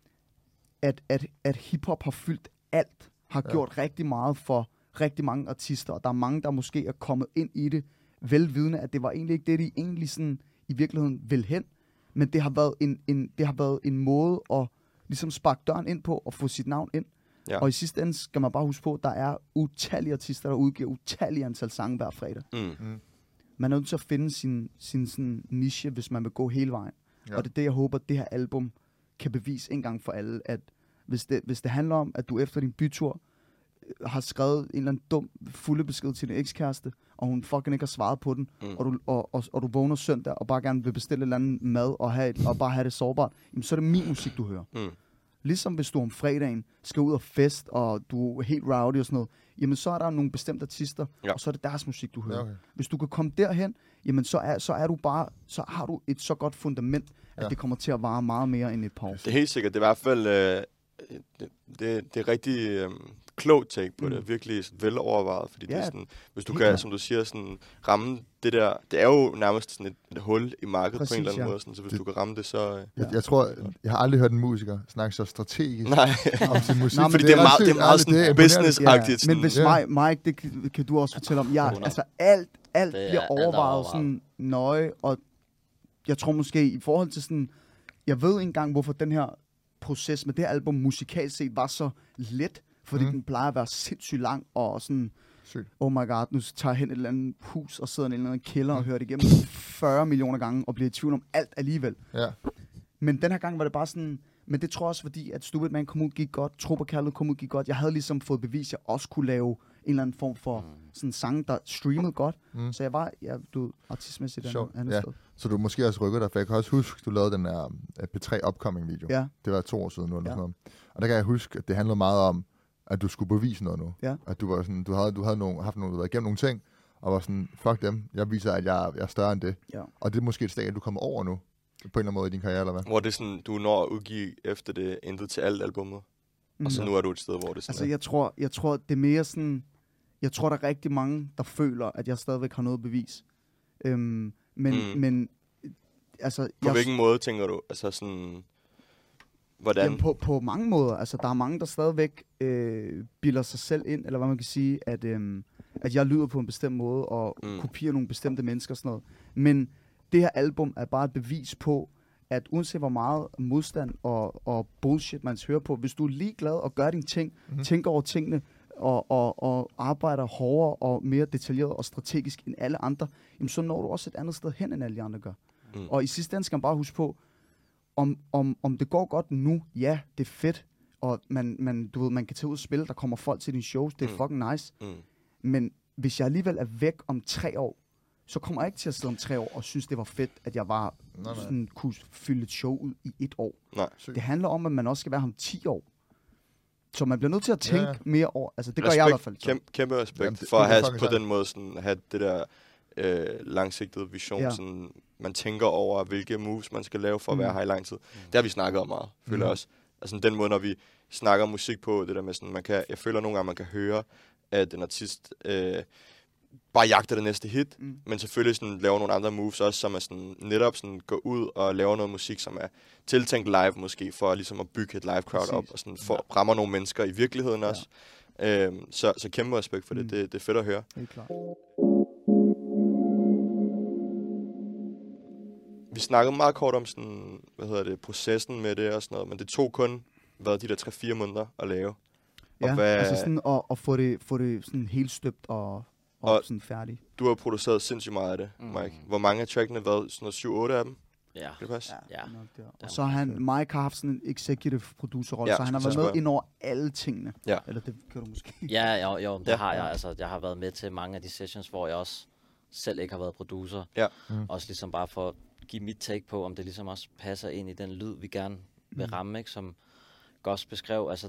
at, at, at hiphop har fyldt alt, har Ja. ja. gjort rigtig meget for rigtig mange artister, og der er mange, der måske er kommet ind i det, velvidende, at det var egentlig ikke det, de egentlig sådan i virkeligheden vil hen, men det har været en, en, det har været en måde at ligesom sparke døren ind på, og få sit navn ind. Ja. Og i sidste ende skal man bare huske på, at der er utallige artister, der udgiver utallige antal sange hver fredag. Mm. Mm. Man er nødt til at finde sin, sin sådan niche, hvis man vil gå hele vejen. Ja. Ja. Og det er det, jeg håber, det her album kan bevise en gang for alle, at hvis det, hvis det handler om, at du efter din bytur øh, har skrevet en eller anden dum fulde besked til din ekskæreste, og hun fucking ikke har svaret på den, Mm. mm. og, du, og, og, og du vågner søndag og bare gerne vil bestille et eller andet mad og, have et, og bare have det sårbart, jamen, så er det min musik, du hører. Mm. Ligesom hvis du om fredagen skal ud og fest, og du er helt rowdy og sådan noget, jamen så er der nogle bestemte artister, Ja. og så er det deres musik, du hører. Ja, okay. Hvis du kan komme derhen, jamen så er, så er du bare, så har du et så godt fundament, at Ja. det kommer til at vare meget mere end et par år. Det er helt sikkert. Det er i hvert fald øh, det, det, det er rigtig øh, klogt take på mm. Mm. det. Virkelig sådan velovervejet, fordi ja, det er Ja, sådan, hvis du helt kan, klart. som du siger, sådan, ramme det der, det er jo nærmest sådan et, et hul i markedet Præcis, på en eller anden ja. måde, sådan, så hvis Det- du kan ramme det, så... Øh, Jeg, jeg tror, jeg har aldrig hørt en musiker snakke så strategisk nej, om sin musik. Nej, men fordi det er ret meget, det sygt, er meget ærligt, det er sådan imponerende. business-agtigt. Men hvis Ja. Mike, Mike, det kan, kan du også fortælle om, ja, hundrede. altså alt, alt Det er bliver alt er overvejet overvejet. sådan nøje, og jeg tror måske i forhold til sådan, jeg ved ikke engang, hvorfor den her proces med det her album musikalt set var så let, fordi Mhm. mm. den plejer at være sindssygt lang, og sådan, Sygt. oh my god, nu tager jeg hen i et eller andet hus, og sidder i en eller anden kælder og Mm. hører det igennem fyrre millioner gange, og bliver i tvivl om alt alligevel. Ja. Men den her gang var det bare sådan, men det tror jeg også fordi, at Stupid Man kom ud, gik godt, Tro på Kærlighed kom ud, gik godt. Jeg havde ligesom fået bevis, at jeg også kunne lave en eller anden form for sådan sang, der streamede godt. Mm. Mm. Så jeg var, ja, du artistmæssigt et Sjovt, andet, andet ja. sted. Så du måske også rykker dig, for jeg kan også huske, du lavede den der uh, P tre Upcoming video. Ja, Det var to år siden nu, eller Ja. sådan noget. Og der kan jeg huske, at det handlede meget om at du skulle bevise noget nu. Ja. At du var sådan, du havde, du havde nogle, haft nogle, du havde været igennem nogle ting, og var sådan, fuck dem, jeg viser, at jeg, jeg er større end det. Ja. Og det er måske et stadie, du kommer over nu, på en eller anden måde i din karriere, eller hvad? Hvor det er sådan, du når at udgive efter det Intet til alt albummet. Mm. Og så nu er du et sted, hvor det sådan Altså, er. jeg tror, jeg tror, det er mere sådan... Jeg tror, der er rigtig mange, der føler, at jeg stadigvæk har noget bevis. Øhm, men, Mm. men... Altså, På jeg, hvilken måde tænker du? Altså sådan... Hvordan? Jamen, på, på mange måder. Altså, der er mange, der stadigvæk øh, bilder sig selv ind, eller hvad man kan sige, at, øh, at jeg lyder på en bestemt måde, og Mm. mm. kopierer nogle bestemte mennesker og sådan noget. Men det her album er bare et bevis på, at uanset hvor meget modstand og, og bullshit man hører på, hvis du er ligeglad og gør dine ting, Mhm. mm-hmm. tænker over tingene, og, og, og arbejder hårdere og mere detaljeret og strategisk end alle andre, jamen, så når du også et andet sted hen, end alle de andre gør. Mm. Og i sidste ende skal man bare huske på, om, om, om det går godt nu, ja, det er fedt, og man, man, du ved, man kan tage ud og spille, der kommer folk til dine shows, det er Mm. fucking nice. Mm. Men hvis jeg alligevel er væk om tre år, så kommer jeg ikke til at sidde om tre år og synes, det var fedt, at jeg bare Nej, nej. sådan, kunne fylde et show ud i et år. Nej. Sygt. Det handler om, at man også skal være her om ti år. Så man bliver nødt til at tænke Ja. ja. mere over. Altså, det gør jeg i hvert fald. Så. Kæmpe, kæmpe respekt Jamen, det- for det at er have fucking på sandt. den måde sådan, have det der øh, langsigtede vision. Ja. Ja. Sådan, man tænker over, hvilke moves man skal lave for at Mm. være her i lang tid. Det har vi snakket om meget, føler Mm. jeg også. Altså den måde, når vi snakker musik på, det der med sådan, man kan, jeg føler nogle gange, man kan høre, at en artist øh, bare jagter det næste hit, Mm. men selvfølgelig sådan, laver nogle andre moves også, som er sådan, netop sådan, går ud og laver noget musik, som er tiltænkt live måske, for ligesom at bygge et live crowd Præcis. op, og sådan, for, rammer nogle mennesker i virkeligheden Ja. også. Øhm, så, så kæmpe respekt for det. Mm. det. Det er fedt at høre. Helt klart. Vi snakkede meget kort om sådan, hvad hedder det, processen med det og sådan noget, men det tog kun, hvad, de der tre fire måneder at lave. Og Ja, hvad- altså sådan at, at få det, få det sådan helt støbt og, og, Og- og sådan færdigt. Du har jo produceret sindssygt meget af det, Mm. Mike. Hvor mange af trackene, hvad, sådan noget syv otte af dem? Ja. Kan det passe? Ja. Nok der. Ja. Og så har han, Mike har haft sådan en executive producer-rolle, Ja, så han har skulle været jeg med spørge. ind over alle tingene. Ja. Eller det kan du måske. Ja, jo, jo det Ja. har jeg. Altså, jeg har været med til mange af de sessions, hvor jeg også selv ikke har været producer. Ja. Mm. Også ligesom bare for at give mit take på, om det ligesom også passer ind i den lyd, vi gerne vil Mm. ramme, ikke? Som Goss beskrev. Altså,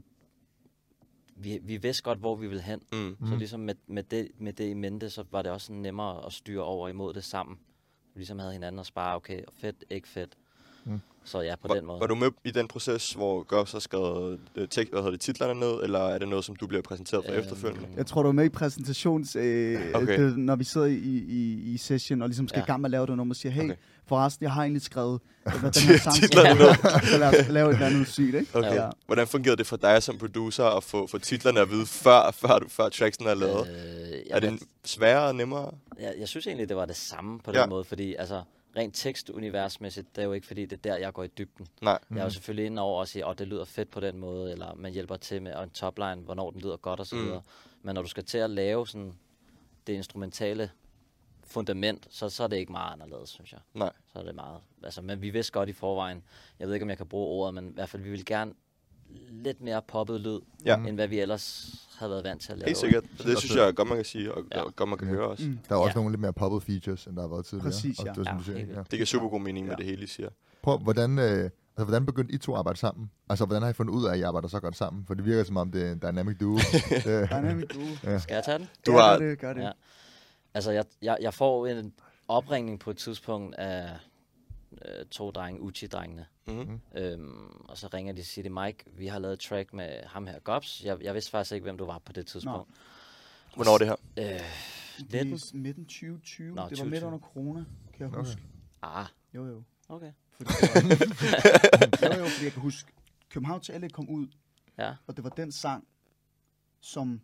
vi, vi vidste godt, hvor vi ville hen. Mm. Mm. Så ligesom med, med, det, med det i mente, så var det også sådan nemmere at styre over imod det sammen. Vi ligesom havde hinanden og spare, okay, fedt, ikke fedt. Mm. Så ja, på Var, den måde. var du med i den proces, hvor Goss har skrevet øh, tek, hvad hedder det, titlerne ned, eller er det noget, som du bliver præsenteret for Øhm, efterfølgende? Jeg tror, du var med i præsentations... Øh, Okay. det, når vi sidder i, i, i session og ligesom skal Ja. i gang med at lave det nummer, og siger, hey, Okay. okay. forresten, jeg har egentlig skrevet hvad den her sang, Titlerne ned. så lad os lave et eller andet sygt, ikke? Okay. Ja. Hvordan fungerede det for dig som producer at få, få titlerne at vide, før, før, du, før tracksen er lavet? Øh, Er det sværere og nemmere? Jeg, jeg synes egentlig, det var det samme på Ja. den måde, fordi altså, rent tekstuniversmæssigt, det er jo ikke fordi, det er der, jeg går i dybden. Nej. Jeg er jo selvfølgelig inde over og sige, at oh, det lyder fedt på den måde, eller man hjælper til med en topline, hvornår den lyder godt osv. Mm. Mm. Men når du skal til at lave sådan det instrumentale fundament, så, så er det ikke meget anderledes, synes jeg. Nej. Så er det meget. Altså, men vi vidste godt i forvejen, jeg ved ikke, om jeg kan bruge ordet, men i hvert fald, vi vil gerne lidt mere poppet lyd, Ja. end hvad vi ellers havde været vant til at lave. Helt sikkert. Det også synes det. jeg godt, man kan sige, og Ja. ja. godt, man kan høre også. Mm. Der er også Ja. nogle lidt mere poppet features, end der har været tidligere. Præcis, Og ja. det er, som Ja, du siger, helt ja. vildt. Det giver super god mening med Ja. det hele, I siger. Prøv, hvordan, øh, altså, hvordan begyndte I to at arbejde sammen? Altså, hvordan har I fundet ud af, at I arbejder så godt sammen? For det virker som om, det er en dynamic duo. det, Dynamic duo. Skal jeg tage den? Du ja, har- gør det, gør det. Ja. Altså, jeg, jeg, jeg får en opringning på et tidspunkt af øh, to drenge, Uchi-drengene. Mm-hmm. Øhm, og så ringer de og siger, det Mike, vi har lavet et track med ham her, Gobs. Jeg, jeg vidste faktisk ikke, hvem du var på det tidspunkt. Hvornår er det her? Øh, nitten? Det er midten tyve tyve. Nå, det var tyve midt tyve. under corona, kan jeg Okay. huske. Ah, Jo, jo. okay. Fordi det var, jo, jo, fordi jeg kan huske, København til L A kom ud, Ja, og det var den sang, som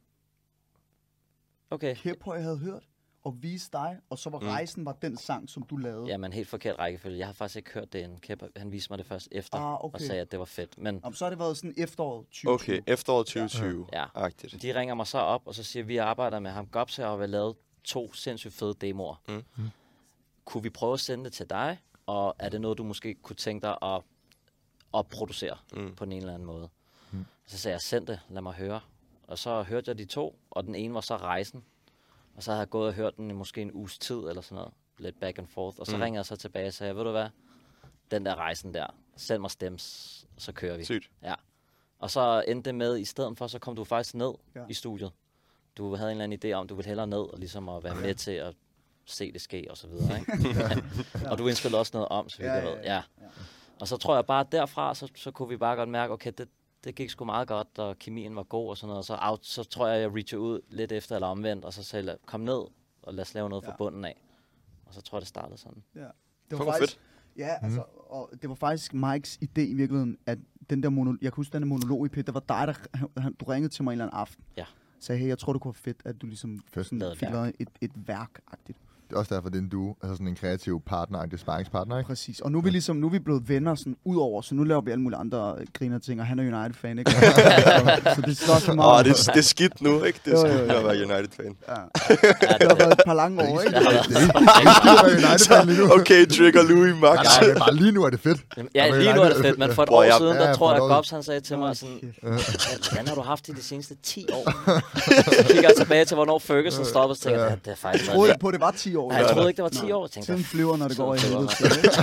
okay. Kæphøj havde hørt, og viste dig, og så var Mm. Rejsen var den sang, som du lavede. Ja, men helt forkert rækkefølge. Jeg har faktisk ikke hørt det inden. Kæp, han viste mig det først efter, Ah, og okay. sagde, at det var fedt. Men Om så har det været sådan efteråret tyve tyve. Okay, efteråret tyve tyve. Ja. Agtigt. de ringer mig så op, og så siger, vi arbejder med ham Gobs her, og vi har lavet to sindssygt fede demoer. Mm. Mm. Kunne vi prøve at sende det til dig, og er det noget, du måske kunne tænke dig at, at producere Mm. på en eller anden måde? Mm. Så sagde jeg, send det, lad mig høre. Og så hørte jeg de to, og den ene var så Rejsen. Og så havde jeg gået og hørt den i måske en uges tid, eller sådan noget. Lidt back and forth. Og så Mm. mm. ringede jeg så tilbage og sagde, ved du hvad, den der Rejsen der, send mig stems, så kører vi. Sygt. Ja. Og så endte det med, i stedet for, så kom du faktisk ned Ja. i studiet. Du havde en eller anden idé om, du ville hellere ned og ligesom at være med til at se det ske og så videre, ikke? Ja. Og du indspillede også noget om, så vidt Ja, jeg ja, ved. ja. Ja. Og så tror jeg bare, at derfra, så, så kunne vi bare godt mærke, okay, det, det gik sgu meget godt, og kemien var god og sådan noget. Og så, out, så tror jeg, jeg reachede ud lidt efter eller omvendt, og så sagde jeg, kom ned og lad os lave noget Ja. fra bunden af. Og så tror jeg, det startede sådan. Ja. Det Fuck, var hvor faktisk, fedt. ja, altså, og det var faktisk Mikes idé i virkeligheden, at den der monolog, jeg kan huske den der monolog i P, det var dig, der, han, du ringede til mig en eller anden aften. Ja. Sagde, hey, jeg tror, det kunne være fedt, at du ligesom Fedt. sådan, Lavet et fik værk. lavet et, et værk-agtigt. Det er også derfor, det er en duo. Altså sådan en kreativ partner, en sparringspartner, ikke? Præcis. Og nu er vi ligesom, nu er vi blevet venner sådan ud over, så nu laver vi alle mulige andre griner ting, og han er United-fan, ikke? så, så det slår så Åh, meget. oh, det, det er skidt nu, ikke? Det er Jo, jo, skidt jo. at være United-fan. Ja. Ja, Det har været et par lange år, ikke? det har været- Det er ikke det er United-fan lige nu. Okay, Trigger Louis Max. Nej, nej, bare lige nu er det fedt. Ja, Jamen, lige nu er det United- fedt, men for et Bror, år jeg- siden, ja, der for tror et jeg, år- Gobs han sagde til mig Åh, sådan, shit. hvordan har du haft det de seneste ti år? Så kigger jeg tilbage til, hvornår Ferguson stoppede, og så tænker jeg, det er faktisk Jeg noget troede lidt. på, at det var ti år. Nej, jeg troede ikke, det var ti år. Jeg tænkte, Tiden flyver, når det går i Tiden helvede flyver. til,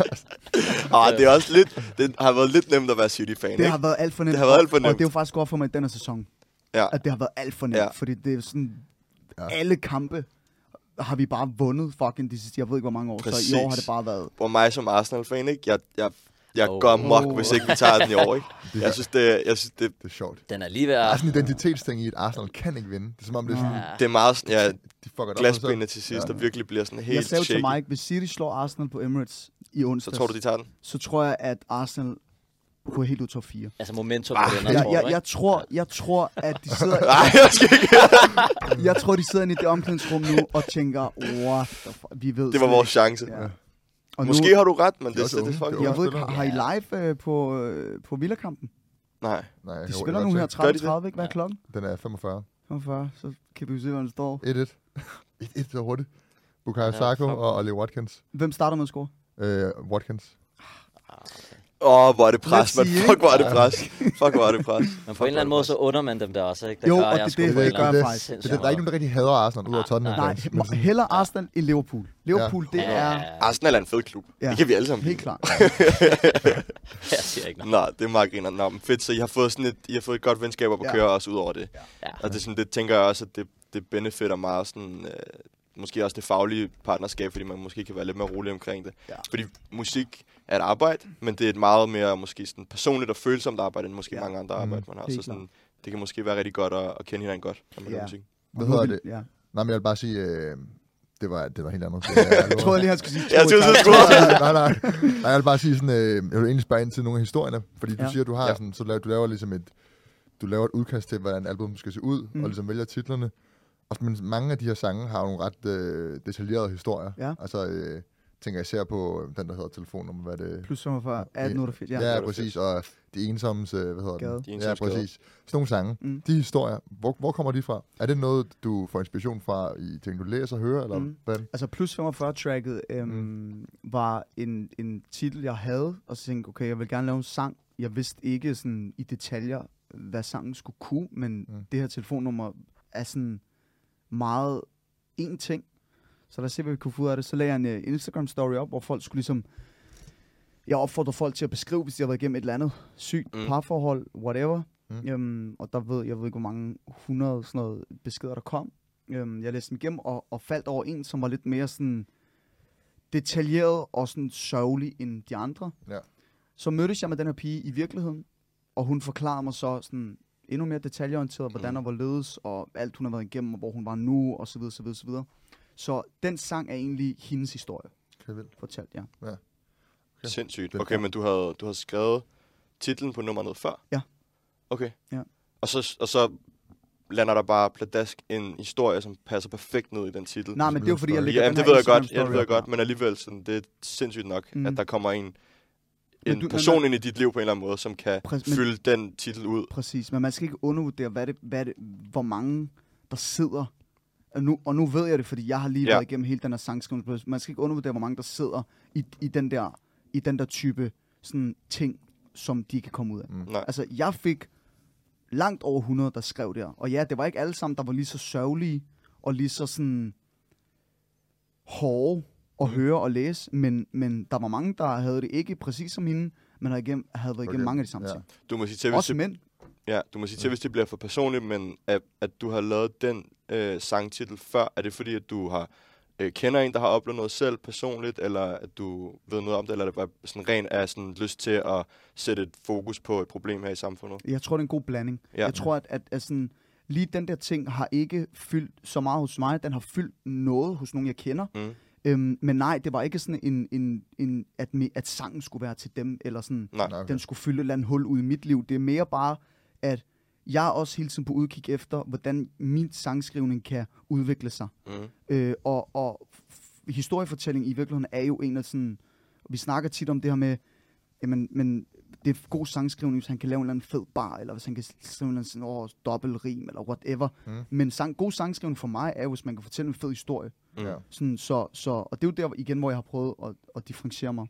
ikke? Ah, det er også lidt, det har været lidt nemt at være City-fan, Det ikke? har været alt for nemt. Det har været alt for Og nemt. det er jo faktisk godt for mig i denne sæson, Ja. at det har været alt for nemt. Ja. Fordi det er sådan, Ja. alle kampe har vi bare vundet fucking de sidste, jeg ved ikke hvor mange år. Så Præcis. i år har det bare været... For mig som Arsenal-fan, ikke? Jeg, jeg, jeg Oh. går amok, Oh. hvis ikke vi tager den i år, ikke? Jeg synes, det, jeg synes, det, Det er sjovt. den er lige ved Der er at... sådan en identitetsting i, at Arsenal kan ikke vinde. Det er som om, det er sådan, Ja. det er meget sådan, ja, de fucker det op. glasbenene til sidst, Ja. der virkelig bliver sådan Jeg helt sagde jo til shaky. Mike, hvis City slår Arsenal på Emirates i Så onsdags, tror du, de tager den? så tror jeg, at Arsenal går helt ud top fire. Altså momentum Ah, på den her, Jeg, tror jeg, du, jeg, ikke? tror, jeg tror, at de sidder... Nej, jeg skal ikke. Jeg tror, de sidder inde i det omklædningsrum nu og tænker, what the fuck, vi ved Det var slet vores chance. ikke. Ja. Og Måske nu, har du ret, men Det er det, også det, det, unge. det fucking... Det er jeg ved ikke, har, spillere. har I live øh, på, øh, på Villakampen? Nej. Nej, De jo, spiller jeg nu kan her godt tredive det? tredive, ikke? Hvad er Ja. klokken? se. Den er femogfyrre. femogfyrre, så kan vi jo se, hvordan det står. et et. et et, så hurtigt. Bukayo Ja, Saka fuck. og Ollie Watkins. Hvem starter med at score? Øh, Watkins. Åh, oh, hvor er det pres, Lad man. os sige, Fuck, hvor er det pres. Fuck, hvor er det pres. Men på en eller anden måde, så under man dem der også, ikke? Jo, gør og jeg det- sgu det- på en det eller gør anden jeg måde faktisk. Det, det, der er ikke nogen, der rigtig hader Arsenal, udover Tottenham. Nej, fans. må- Men- hellere Arsenal end Liverpool. Liverpool, det Ja, er ja, ja. Arsenal er en fed klub. Ja. Det kan vi alle sammen helt lide. klart. Jeg siger ikke noget. Nej, det er meget griner. Nå, men fedt, så I har fået sådan et, I har fået et godt venskab op at Ja. køre også ud over det. Ja. Og det, er sådan, det tænker jeg også, at det, det benefitter meget sådan, øh, måske også det faglige partnerskab, fordi man måske kan være lidt mere rolig omkring det. Ja. Fordi musik er et arbejde, men det er et meget mere måske sådan personligt og følsomt arbejde, end måske Ja. ja. mange andre Mm, arbejde, man har. helt Så sådan, det kan måske være rigtig godt at, at kende hinanden godt, når man Ja. laver musik. Hvad Og nu hedder er vi- det? Ja. Nej, men jeg vil bare sige, øh, det var, det var helt andet. Jeg, jeg, Jeg troede lige, han skulle sige... Jeg synes, det skulle nej, nej. Nej, jeg vil bare sige sådan, øh, jeg vil egentlig spørge ind til nogle af historierne, fordi du Ja. siger, du har Ja. sådan, så laver, du laver ligesom et, du laver et udkast til, hvordan album skal se ud, Mm. mm. og ligesom vælger titlerne. Og, men mange af de her sange har jo nogle ret øh, detaljerede historier. Ja. Altså, øh, tænker jeg især på den, der hedder telefonnummer, hvad er det? Plus femogfyrre, atten otteogfirs. Ja, Ja. ja, det er præcis, og de ensomme, øh, hvad hedder Gade. den? De Ja, ensomme skade. præcis. Sådan nogle sange. Mm. De historier, hvor, hvor kommer de fra? Er det noget, du får inspiration fra i ting, du læser og hører, eller Mm. hvad? Altså plus femogfyrre-tracket øhm, Mm. var en, en titel, jeg havde, og så tænkte okay, jeg vil gerne lave en sang. Jeg vidste ikke sådan i detaljer, hvad sangen skulle kunne, men Mm. det her telefonnummer er sådan meget en ting. Så lad os se, hvad vi kunne få ud af det. Så lagde jeg en uh, Instagram-story op, hvor folk skulle ligesom... Jeg opfordrer folk til at beskrive, hvis de har været igennem et eller andet sygt Mm. mm. parforhold, whatever. Mm. Mm. Øhm, og der ved jeg ved ikke, hvor mange hundrede sådan noget beskeder, der kom. Øhm, jeg læste dem igennem og, og faldt over en, som var lidt mere sådan detaljeret og sådan sørgelig end de andre. Ja. Så mødtes jeg med den her pige i virkeligheden, og hun forklarede mig så sådan endnu mere detaljeorienteret, hvordan Mm. og hvorledes, og alt hun har været igennem, og hvor hun var nu, og så videre, så videre, så videre. Så den sang er egentlig hendes historie, Okay, vildt. fortalt, ja. Okay. Sindssygt. Den- Okay, men du havde, du havde skrevet titlen på nummeret før? Ja. Okay. Ja. Og så, og så lander der bare pladask en historie, som passer perfekt ned i den titel. Nej, men det er jo fordi, jeg Ja, lægger Ja, den det her ved jeg godt, ja, Instagram-story det ved jeg op. godt, men alligevel sådan, det er sindssygt nok, Mm. mm. at der kommer en, Men en du- men person man- ind i dit liv på en eller anden måde, som kan Præcis, men- fylde den titel ud. Præcis, men man skal ikke undervurdere, hvad det, hvad det, hvor mange der sidder. Og nu, og nu ved jeg det, fordi jeg har lige Ja. været igennem hele den her sangskrivningsproces. Man skal ikke undervurdere, hvor mange der sidder i, i, den, der, i den der type sådan, ting, som de kan komme ud af. Mm. Nej. Altså, jeg fik langt over hundrede, der skrev der. Og ja, det var ikke alle sammen, der var lige så sørgelige og lige så sådan hårde at høre og læse, men, men der var mange, der havde det ikke præcis som hende, men havde, igennem, havde været igennem Okay. mange af de samme Ja. ting. Du må sige til, hvis Også det, mænd. Ja, du må sige til, hvis det bliver for personligt, men at, at du har lavet den øh, sangtitel før, er det fordi, at du har øh, kender en, der har oplevet noget selv personligt, eller at du ved noget om det, eller er det bare sådan ren af sådan lyst til at sætte et fokus på et problem her i samfundet? Jeg tror, det er en god blanding. Ja. Jeg tror, at, at, at sådan, lige den der ting har ikke fyldt så meget hos mig. Den har fyldt noget hos nogen, jeg kender. Mm. Øhm, men nej, det var ikke sådan en, en, en at, at sangen skulle være til dem, eller sådan, Nej. Okay. den skulle fylde et eller andet hul ud i mit liv. Det er mere bare, at jeg er også hele tiden på udkig efter, hvordan min sangskrivning kan udvikle sig. Mm. Øh, og og f- historiefortælling i virkeligheden er jo en af sådan, vi snakker tit om det her med, jamen, men det er god sangskrivning, hvis han kan lave en eller anden fed bar, eller hvis han kan skrive en eller anden sådan, åh, dobbeltrim, eller whatever. Mm. Men sang, god sangskrivning for mig er jo, hvis man kan fortælle en fed historie. Mm. Ja. Sådan, så, så, og det er jo der igen, hvor jeg har prøvet at, at differentiere mig.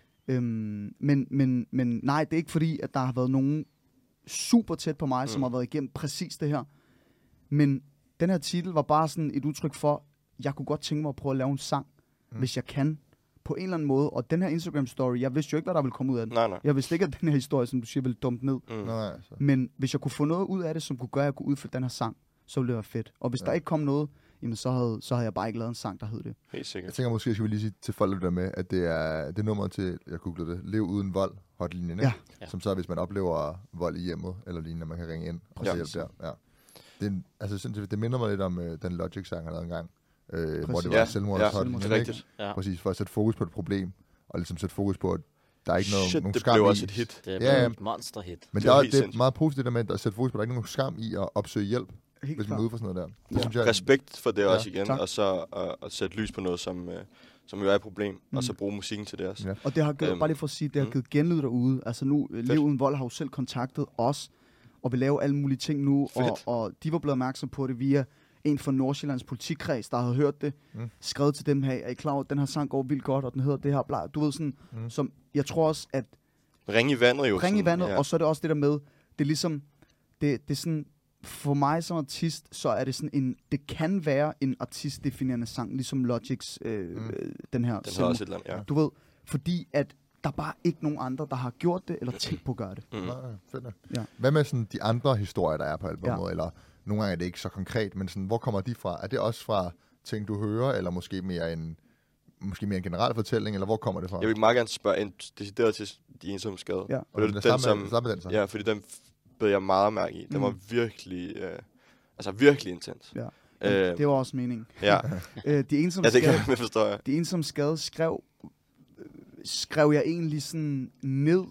Øhm, men, men, men nej, det er ikke fordi, at der har været nogen super tæt på mig, mm. som har været igennem præcis det her. Men den her titel var bare sådan et udtryk for, jeg kunne godt tænke mig at prøve at lave en sang, mm. hvis jeg kan, på en eller anden måde. Og den her Instagram-story, jeg vidste jo ikke, hvad der ville komme ud af den. Nej, nej. Jeg vidste ikke, at den her historie, som du siger, ville dumpe ned. Mm. Nej, altså. Men hvis jeg kunne få noget ud af det, som kunne gøre, at jeg kunne udføre den her sang, så ville det være fedt. Og hvis ja. der ikke kom noget, jamen så havde, så havde jeg bare ikke lavet en sang, der hed det. Helt Jeg sikkert. tænker måske, skal vi lige sige til folk der med, at det er det nummer til, jeg googlede det, Lev uden vold, hotlinjen, ikke? Ja. Ja. Som så er, hvis man oplever vold i hjemmet, eller lignende, man kan ringe ind og Ja. få hjælp der. Ja. Det, er en, altså, synes jeg, det minder mig lidt om uh, den Logic-sang, jeg lavede engang, øh, hvor det var Ja, selvmords ja, hotlinjen, det er ikke? rigtigt. Ja. Præcis, for at sætte fokus på et problem, og ligesom sætte fokus på, at der er ikke noget, Shit, nogen det skam blev i. også et hit. Det er Ja, blevet ja. et monsterhit. Men Det det var er, helt det er sindssygt. meget positivt det med at sætte fokus på, at der er ikke nogen skam i at opsøge hjælp, Helt hvis man er klart. ude for sådan noget der. Det Ja. synes jeg, Respekt for det Ja, også igen, tak. og så at, at sætte lys på noget, som, øh, som jo er et problem, Mm. og så bruge musikken til det også. Ja. Og det har givet, Øhm, bare lige for at sige, det har mm. givet genlyd derude. Altså nu, øh, Lev Uden Vold har jo selv kontaktet os, og vil lave alle mulige ting nu. Og, Fedt. og de var blevet opmærksom på det via en fra Nordsjællands politikreds, der havde hørt det, Mm. mm. skrevet til dem, hey, er I klar over, at den her sang går vildt godt, og den hedder det her, bla. Du ved sådan, Mm. mm. som, jeg tror også, at Ring i vandet jo. ring i sådan, vandet, ja. og så er det også det der med, det er ligesom, det, det er sådan, for mig som artist, så er det sådan en, det kan være en artistdefinerende sang, ligesom Logics, øh, Mm. mm. den her. Den har også et eller andet, ja. Du ved, fordi at der er bare ikke nogen andre, der har gjort det, eller tænkt på at gøre det. Mm. Nej, fedt nok. Ja. Hvad med sådan de andre historier, der er på albumet, ja. eller nogle gange er det ikke så konkret, men sådan, hvor kommer de fra? Er det også fra ting, du hører, eller måske mere en, måske mere en generel fortælling, eller hvor kommer det fra? Jeg vil meget gerne spørge en decideret til de ensomme skade. Ja. Og For det den er er den, samme, som, samme den så? ja, fordi den f- bed jeg meget mærke i. Den Mm. var virkelig, øh, altså virkelig intens. Ja. Øh, Det var også meningen. ja. Øh, de ensomme ja, det kan skade, man forstå, jeg. de ensomme skade skrev, øh, skrev jeg egentlig sådan ned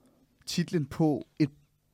titlen på et,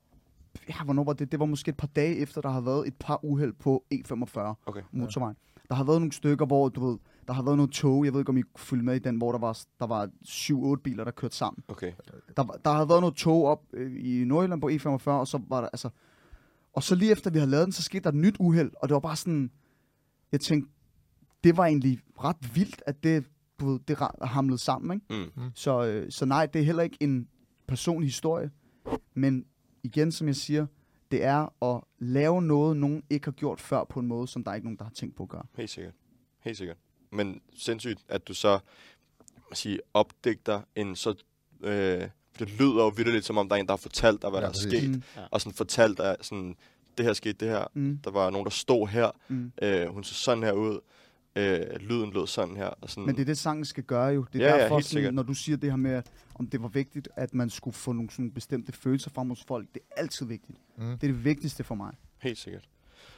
ja, hvornår var det? Det var måske et par dage efter, der har været et par uheld på E femogfyrre Okay. motorvejen. Der har været nogle stykker, hvor du ved, der har været noget tog, jeg ved ikke, om I kunne følge med i den, hvor der var, der var syv otte biler, der kørte sammen. Okay. Der, var- der har været noget tog op øh, i Nordjylland på E femogfyrre, og så var der, altså, og så lige efter vi havde lavet den, så skete der et nyt uheld, og det var bare sådan, jeg tænkte, det var egentlig ret vildt, at det, du ved, det ra- hamlede sammen, ikke? Mm. Så, øh, så nej, det er heller ikke en personlig historie, men igen, som jeg siger, det er at lave noget, nogen ikke har gjort før på en måde, som der er ikke nogen, der har tænkt på at gøre. Helt sikkert. Helt sikkert. Men sindssygt, at du så man siger, opdigter en så... Øh, det lyder jo vitterligt, som om der er en, der har fortalt dig, hvad Ja, der er præcis. sket. Mm, Og sådan fortalt dig, sådan, det her skete, det her. mm, Der var nogen, der stod her. mm. Øh, hun så sådan her ud. Øh, lyden lød sådan her. Og sådan, Men det er det, sangen skal gøre jo. Det er Ja, ja, derfor, helt sådan, sikkert. når du siger det her med, at om det var vigtigt, at man skulle få nogle sådan bestemte følelser frem hos folk, det er altid vigtigt. Mm. Det er det vigtigste for mig. Helt sikkert.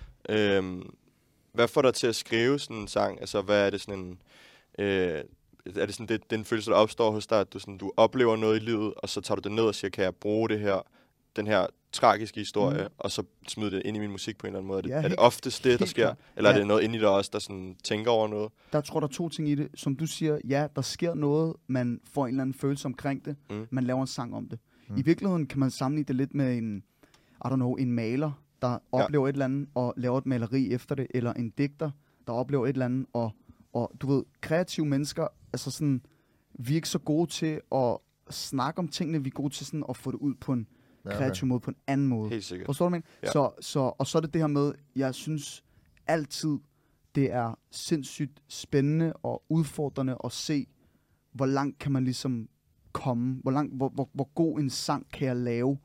Øhm, hvad får dig til at skrive sådan en sang? Altså, hvad er det sådan en... Øh, er det sådan det, den følelse, der opstår hos dig, at du, sådan, du oplever noget i livet, og så tager du det ned og siger, kan jeg bruge det her, den her tragiske historie, Mm. og så smide det ind i min musik på en eller anden måde? Er det, Ja, er det helt- oftest det, der helt sker? klart. Eller er Ja. det noget inde i dig også, der sådan tænker over noget? Der tror der er to ting i det. Som du siger, ja, der sker noget, man får en eller anden følelse omkring det, Mm. man laver en sang om det. Mm. I virkeligheden kan man sammenligne det lidt med en, I don't know, en maler, der oplever et eller andet og laver et maleri efter det, eller en digter, der oplever et eller andet, og, og du ved, kreative mennesker, altså sådan, vi er ikke så gode til at snakke om tingene, vi er gode til sådan at få det ud på en Ja, okay. kreativ måde, på en anden måde. Helt sikkert. Forstår du mig? Ja. Så, så, og så er det det her med, jeg synes altid, det er sindssygt spændende og udfordrende at se, hvor langt kan man ligesom komme, hvor, langt, hvor, hvor, hvor god en sang kan jeg lave,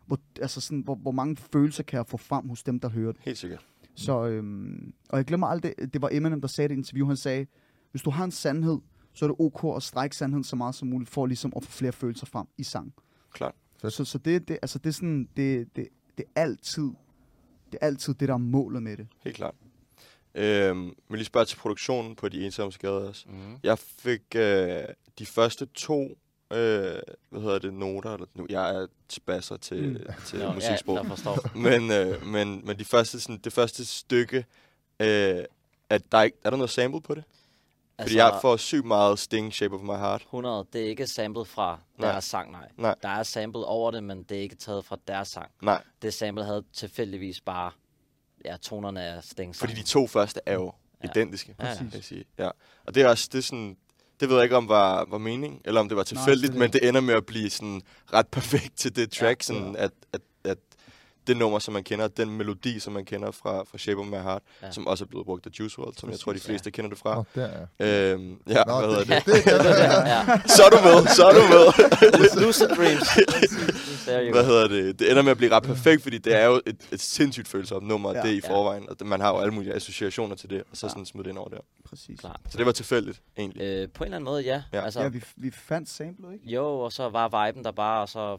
hvor, altså sådan, hvor, hvor mange følelser kan jeg få frem hos dem, der hører det. Helt sikkert. Så, øhm, og jeg glemmer aldrig, det var Eminem, der sagde det i et interview, han sagde, hvis du har en sandhed, så er det ok at strække sandheden så meget som muligt, for ligesom at få flere følelser frem i sang. Klart. Så, så det, det, altså det er sådan, det, det, det er altid, det er altid det, der er målet med det. Helt klart. Øhm, jeg vil lige spørge til produktionen på De Ensomme Skadede også. Mm. Jeg fik øh, de første to, øh, hvad hedder det, noter, eller, nu, jeg er spasser til, Mm. til Nå, musiksprog. Ja, jeg forstår. men, øh, men, men de første, sådan, det første stykke, øh, at der ikke, er der noget sample på det? Fordi jeg får sygt meget Sting, Shape of My Heart. hundrede, det er ikke samlet fra Nej. deres sang, nej. Nej. Der er samlet over det, men det er ikke taget fra deres sang. Nej, Det sample havde tilfældigvis bare ja, tonerne af Stings sang. fordi de to første er jo Ja. identiske, Ja, ja. kan jeg sige. Ja. Og det er også, det er sådan, det ved jeg ikke om var, var mening, eller om det var tilfældigt, det- men det ender med at blive sådan ret perfekt til det track, Ja. sådan at, at, at det nummer, som man kender, den melodi, som man kender fra, fra Shape of My Heart, Ja. som også er blevet brugt af Juice world, som jeg tror, de Præcis, fleste kender det fra. Nå, der er. Øhm, ja, Nå, hvad hedder det? det, det, det, det, ja. Så er du med, så er du med. Lucid Dreams. There you Hvad go. hedder det? Det ender med at blive ret perfekt, fordi det er jo et, et sindssygt følsomt nummer, Ja. det er i Ja. forvejen. Og det- man har jo alle mulige associationer til det, og så Ja. sådan smide det ind over der. Præcis. Klar. Så det var tilfældigt, egentlig. Øh, på en eller anden måde, ja. Ja. Altså, Ja, vi, vi fandt samlet, ikke? Jo, og så var viben der bare, og så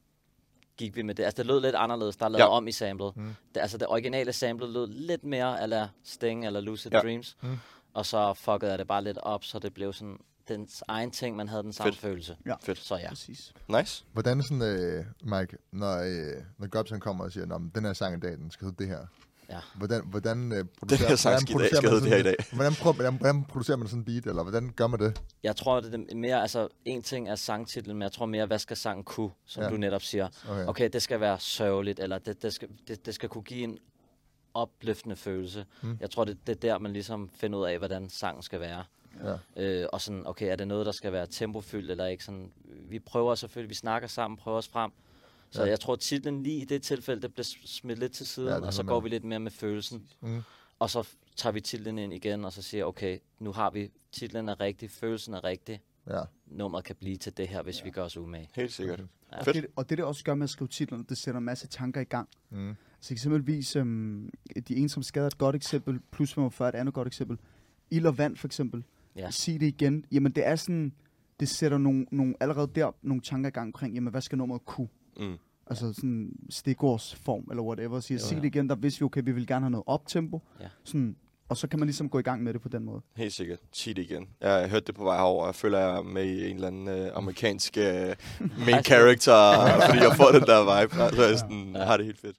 gik vi med det. Altså, det lød lidt anderledes. Der er lavet Ja. om i samlet. Mm. Det, altså, det originale sample lød lidt mere ala Sting eller Lucid Ja. Dreams. Mm. Og så fuckede jeg det bare lidt op, så det blev sådan dens egen ting, man havde den samme Fedt. følelse. Ja. Fedt. Så ja. Præcis. Nice. Hvordan er sådan, øh, Mike, når, øh, når Gobs han kommer og siger, at den her sang i dag, den skal hedde det her. Ja. Hvordan, hvordan, øh, Den producerer, her sang hvordan skal, i dag, producerer skal man hedde det her i sådan- dag. Hvordan, prøver, hvordan, hvordan producerer man sådan en beat, eller hvordan gør man det? Jeg tror, det er mere, altså, en ting er sangtitlen, men jeg tror mere, hvad skal sangen kunne, som Ja. du netop siger. Okay. Okay, det skal være sørgeligt, eller det, det, skal, det, det skal kunne give en opløftende følelse. Mm. Jeg tror, det, det er der, man ligesom finder ud af, hvordan sangen skal være. Ja. Øh, og sådan, okay, er det noget, der skal være tempofyldt eller ikke? Sådan, vi prøver selvfølgelig, vi snakker sammen, prøver os frem. Så Ja. ja. jeg tror, titlen lige i det tilfælde, det bliver smidt lidt til siden, Ja, ja, det og så er går med. vi lidt mere med følelsen. Mm. Og så f- tager vi titlen ind igen, og så siger okay, nu har vi, titlen er rigtig, følelsen er rigtig. Ja. Nummeret kan blive til det her, hvis ja. vi gør os umage. Helt sikkert. Ja. Og Fedt. det, og det, det også gør med at skrive titlerne, det sætter en masse tanker i gang. Mm. Så eksempelvis, øhm, De Ensomme Skadede er et godt eksempel, plus femogfyrre et andet godt eksempel. Ild og Vand for eksempel. Ja. Sig det igen. Jamen det er sådan, det sætter nogle, nogle, allerede der nogle tanker i gang omkring, jamen hvad skal nummeret kunne? Mm. Altså sådan stikårsform eller whatever. Siger, Jo, sig ja. det igen, der vidste vi, okay, vi vil gerne have noget optempo. Ja. Sådan, og så kan man ligesom gå i gang med det på den måde. Helt sikkert. Sig det igen. Jeg har hørt det på vej herover. Jeg føler, jeg er med i en eller anden øh, amerikansk øh, main character, fordi jeg får den der vibe. Så jeg sådan, Ja. har det helt fedt.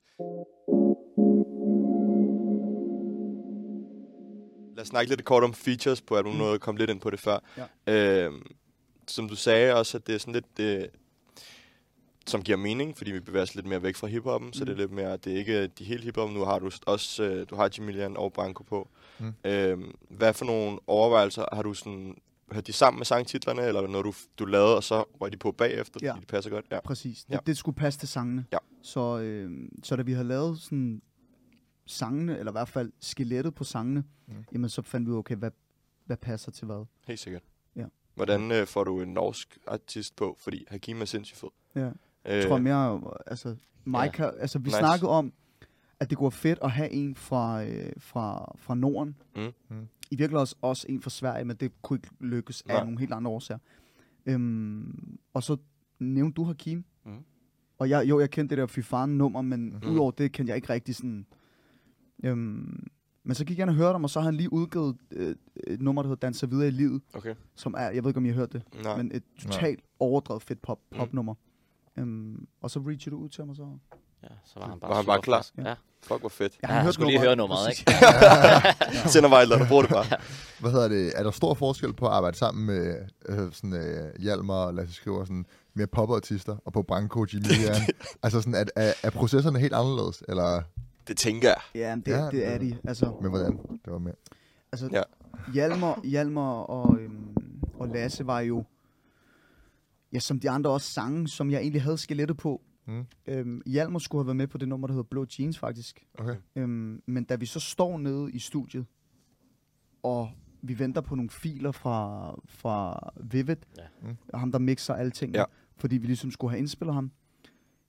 Lad os snakke lidt kort om features på albumet. Nu er jeg kommet lidt ind på det før. Ja. Øhm, som du sagde også, at det er sådan lidt... Øh, som giver mening, fordi vi bevæger os lidt mere væk fra hiphoppen, mm. så det er lidt mere, det er ikke de hele hiphop. Nu har du også, øh, du har Jimilian og Branko på. Mm. Øhm, hvad for nogle overvejelser har du sådan, hørt de sammen med sangtitlerne, eller noget du, du lavede, og så røg de på bagefter, Ja. fordi de passer godt? Ja. Præcis. Det, Ja. det skulle passe til sangene. Ja. Så, øh, så da vi havde lavet sådan sangene, eller i hvert fald skelettet på sangene, Mm. mm. jamen så fandt vi ud af, okay, hvad, hvad passer til hvad. Helt sikkert. Ja. Hvordan øh, får du en norsk artist på? Fordi Hakim er sindssygt fed. Ja. Øh, Jeg tror mere, altså, Mike Ja. har, altså vi Nice. nice. snakkede om, at det kunne være fedt at have en fra, øh, fra, fra Norden. Mm. Mm. I virkeligheden også, også en fra Sverige, men det kunne ikke lykkes af Nej. nogle helt andre årsager. Øhm, og så nævnte du Hakim. Mm. Og jeg, jo, jeg kendte det der Fy-Faren-nummer, men Mm. mm. udover det kendte jeg ikke rigtig sådan... Øhm, men så gik jeg ind og hørte ham, og så har han lige udgivet øh, et nummer, der hedder Danser videre i livet, Okay. som er, jeg ved ikke, om I har hørt det, Nej. men et totalt overdrevet fedt pop, popnummer. Øhm, og så reachede du ud til mig så. Ja, så var han bare, Var han bare super klar? frisk. Ja. Fuck, hvor fedt. Jeg Ja, jeg skulle lige høre nummeret, Præcis. ikke? Sender mig et eller andet, bruger det bare. Hvad hedder det? Er der stor forskel på at arbejde sammen med øh, sådan, øh, Hjalmar og Lasse Skriver, sådan mere popartister, og på Branko, Jimilian? Altså sådan, at, er, er processerne helt anderledes, eller Det tænker jeg. Ja, men det, Ja, ja, det er de. Altså, med hvordan? Det var mere. altså Ja. Hjalmar, Hjalmar og, øhm, og Lasse var jo, ja, som de andre også sange, som jeg egentlig havde skelettet på. Mm. Øhm, Hjalmar skulle have været med på det nummer, der hedder Blå Jeans, faktisk. Okay. Øhm, men da vi så står nede i studiet, og vi venter på nogle filer fra, fra Vivid, Ja. Mm. ham der mixer alle tingene, Ja. fordi vi ligesom skulle have indspillet ham,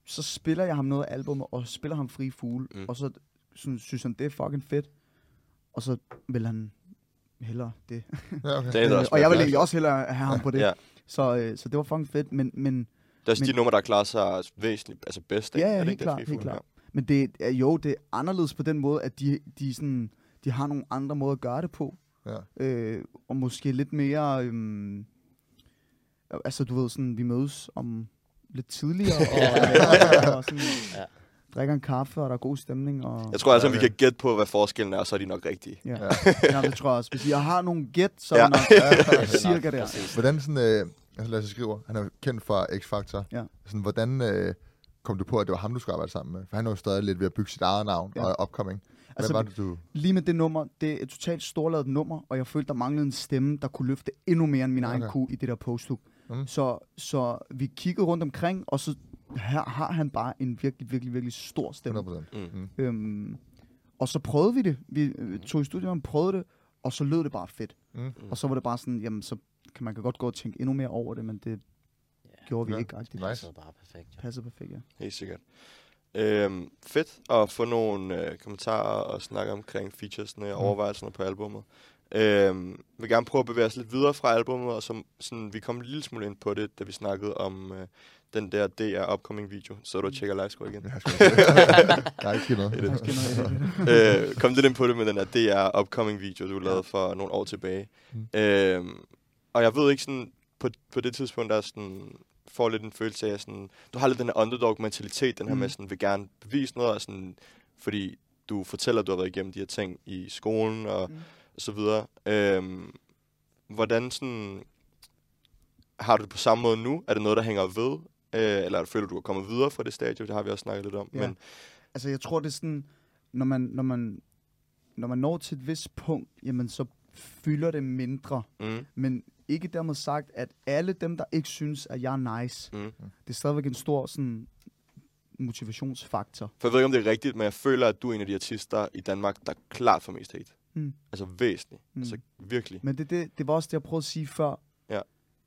så spiller jeg ham noget af albumet, og spiller ham Fri Fugle, Mm. og så synes, synes han, det er fucking fedt. Og så vil han hellere det. Ja, okay. Det er Øh, også og jeg vil fair. egentlig også hellere have ham på det. Ja. Så, øh, så det var fucking fedt, men, men, Det er også Men- de numre, der klarer sig væsentligt, altså bedst. ikke? Ja, ja, Er det helt ikke det, klart, Fri helt Fugle? klart. men det er jo, det er anderledes på den måde, at de, de, sådan, de har nogle andre måder at gøre det på. Ja. Øh, og måske lidt mere, øhm, altså du ved sådan, vi mødes om lidt tidligere, og, og sådan, Ja. drikker en kaffe, og der er god stemning. Og, Jeg tror altså, Ja, vi ja. kan gætte på, hvad forskellen er, og så er de nok rigtige. ja. Ja. ja, det tror jeg også. Hvis jeg har nogle gæt, så er Ja. det nok Det er cirka nok der. præcis. Hvordan sådan, øh, altså Lasse Skriver, han er kendt fra X-Factor. Ja. Sådan, hvordan øh, kom du på, at det var ham, du skulle arbejde sammen med? For han er jo stadig lidt ved at bygge sit eget navn Ja. og er upcoming. Hvad Altså, var det, du... lige med det nummer, det er et totalt storladet nummer, og jeg følte, der manglede en stemme, der kunne løfte endnu mere end min egen Okay. kunne i det der posthook. Mm. Så, så vi kiggede rundt omkring, og så her har han bare en virkelig, virkelig, virkelig stor stemme. hundrede procent. Mm. Mm. Øhm, og så prøvede vi det. Vi øh, tog i studiet, og prøvede det, og så lød det bare fedt. Mm. Og så var det bare sådan, jamen, så kan man kan godt gå og tænke endnu mere over det, men det Ja, gjorde vi Ja. ikke rigtigt. det Nice. passede bare perfekt. Ja. Passet perfekt, ja. Helt sikkert. Øhm, fedt at få nogle øh, kommentarer og snakke omkring featuresne og Mm. overvejelserne på albummet. Øhm, vil gerne prøve at bevæge os lidt videre fra albummet, og som, sådan, vi kom en lille smule ind på det, da vi snakkede om øh, den der D R upcoming video. Så du og tjekker livescore igen. Jeg skal Der er ikke sket noget. Det er Måske noget i det. øh, kom lidt ind på det med den der D R upcoming video, du lavede for nogle år tilbage. Mm. Øhm, og jeg ved ikke sådan, på, på det tidspunkt, der er sådan, får lidt en følelse af sådan, du har lidt den her underdog-mentalitet, den her Mm. med sådan, vil gerne bevise noget, og sådan, fordi du fortæller, at du har været igennem de her ting i skolen og, Mm. og så videre. Øhm, hvordan sådan, har du det på samme måde nu? Er det noget, der hænger ved? Øh, eller føler du, du er kommet videre fra det stadie? Det har vi også snakket lidt om. Ja. Men, Altså, jeg tror, det er sådan, når man, når man, når man når til et vist punkt, jamen, så fylder det mindre. mm, Men ikke dermed sagt, at alle dem, der ikke synes, at jeg er nice, mm. det er stadigvæk en stor sådan, motivationsfaktor. For jeg ved ikke, om det er rigtigt, men jeg føler, at du er en af de artister i Danmark, der klart får mest hate. Mm. Altså væsentligt. Mm. Altså virkelig. Men det, det, det var også det, jeg prøvede at sige før. Ja.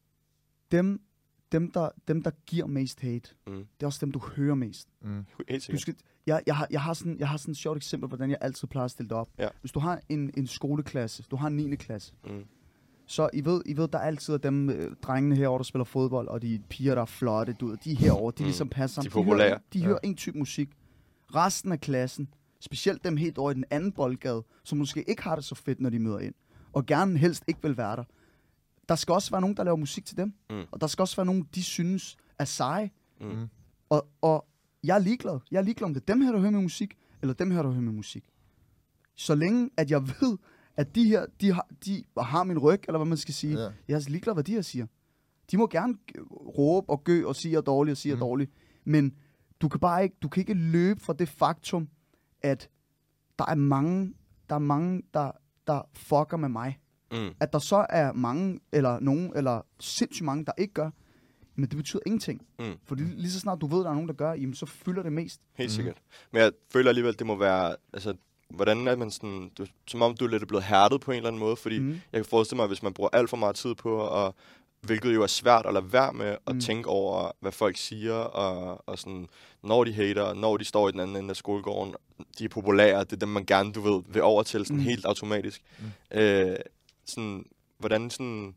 Dem, dem, der, dem, der giver mest hate, Mm. det er også dem, du hører mest. Mm. Helt Du sikkert. skal, jeg, jeg, har, jeg, har sådan, jeg har sådan et sjovt eksempel, hvordan jeg altid plejer at stille det op. Ja. Hvis du har en, en skoleklasse, du har en niende klasse, Mm. så I ved, I ved, der er altid dem øh, drengene herovre, der spiller fodbold, og de piger, der er flotte, du ved, de er herovre, de Mm. ligesom passer De er sammen. populære. hører, de Ja. hører en type musik. Resten af klassen, specielt dem helt over i den anden boldgade, som måske ikke har det så fedt, når de møder ind, og gerne helst ikke vil være der. Der skal også være nogen, der laver musik til dem, Mm. og der skal også være nogen, de synes er seje. Mm. Mm. Og, og jeg er ligeglad. Jeg er ligeglad, om det er dem her, der hører min musik, eller dem her, der hører min musik. Så længe, at jeg ved, at de her, de har, de har min ryg, eller hvad man skal sige. Ja. Jeg er ligeglad, hvad de her siger. De må gerne g- råbe og gø og sige, at jeg er dårlig og sige, at jeg er Mm. dårlig. Men du kan bare ikke, du kan ikke løbe fra det faktum, at der er mange, der er mange, der, der fucker med mig. Mm. At der så er mange, eller nogen, eller sindssygt mange, der ikke gør, men det betyder ingenting. Mm. Fordi lige så snart du ved, at der er nogen, der gør, jamen, så fylder det mest. Helt Mhm. sikkert. Men jeg føler alligevel, det må være, altså, hvordan er man sådan, du, som om du er lidt blevet hærdet på en eller anden måde, fordi Mm. jeg kan forestille mig, hvis man bruger alt for meget tid på, og, hvilket jo er svært at lade være med at Mm. tænke over, hvad folk siger, og, og sådan, når de hater, når de står i den anden ende af skolegården, de er populære, det er dem, man gerne, du ved, vil over til, sådan Mm. helt automatisk. Mm. Øh, sådan, hvordan sådan,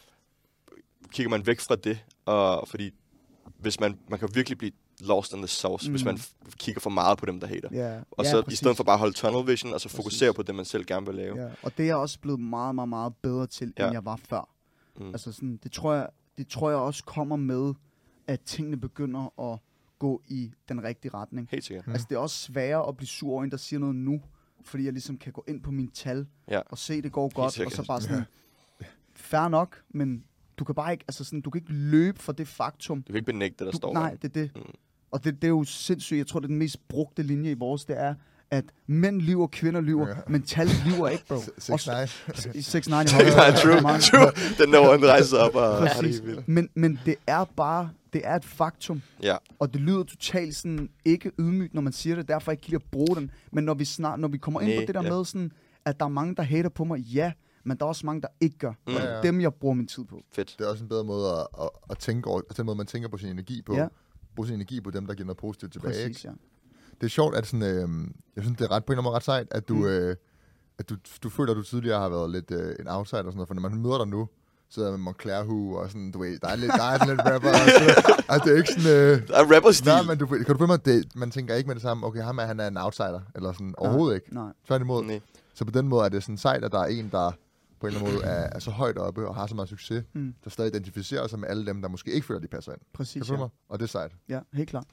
kigger man væk fra det, og fordi hvis man, man kan virkelig blive lost in the sauce, mm. hvis Mm. man f- kigger for meget på dem, der hater. Ja. Og ja, så præcis. i stedet for bare at holde tunnel vision, og så Præcis. fokusere på det, man selv gerne vil lave. Ja. Og det er jeg også blevet meget, meget, meget bedre til, Ja. end jeg var før. Mm. Altså sådan, det tror jeg, det tror jeg også kommer med, at tingene begynder at gå i den rigtige retning. Helt sikkert. Mm. Altså, det er også sværere at blive sur over en, der siger noget nu, fordi jeg ligesom kan gå ind på mine tal, Ja. og se, det går godt, og sikkert. så bare sådan, fair nok, men du kan bare ikke, altså sådan, du kan ikke løbe fra det faktum. Du kan ikke benægte det, der Du, står nej, der. det er det. Mm. Og det, det er jo sindssygt, jeg tror, det er den mest brugte linje i vores, det er, at mænd lyver, kvinder lyver, Ja. men tal lyver ikke, bro. Six Også- nine. seks nine i Nej, højde. true, Mange- true. Den der, hvor han rejser sig op og har det Præcis. helt vildt. Men, men det er bare, det er et faktum. Ja. Og det lyder totalt sådan, ikke ydmygt, når man siger det, derfor ikke kan lide at bruge den. Men når vi, snart, når vi kommer ind Næ, på det der ja. med, sådan, at der er mange, der hater på mig, ja, men der er også mange, der ikke gør. Mm. Og det Ja, er ja. dem, jeg bruger min tid på. Fedt. Det er også en bedre måde at, at, at tænke over, altså den måde, man tænker på sin energi på. Ja. bruge sin energi på dem, der giver noget positivt tilbage. Præcis, Ikke? ja. Det er sjovt, at sådan, øh, jeg synes, det er ret på en eller anden måde ret sejt, at du, Mm. øh, at du, du føler, at du tidligere har været lidt øh, en outsider og sådan noget, for når man møder dig nu, så er man Moncler Hue og sådan, du ved, der er lidt, der er sådan lidt rapper, og så, altså, det er ikke sådan... Øh, Der er rapper-stil. nej, men du, kan du følge mig, det, man tænker ikke med det samme, okay, ham er, han er en outsider, eller sådan, overhovedet ikke. Nej. Tværtimod. Nej. Så på den måde er det sådan sejt, at der er en, der på en eller anden måde er, er så højt oppe og har så meget succes, Mm. der stadig identificerer sig med alle dem, der måske ikke føler, de passer ind. Kan Præcis, du følge ja. mig? Og det er sejt. Ja, helt klart.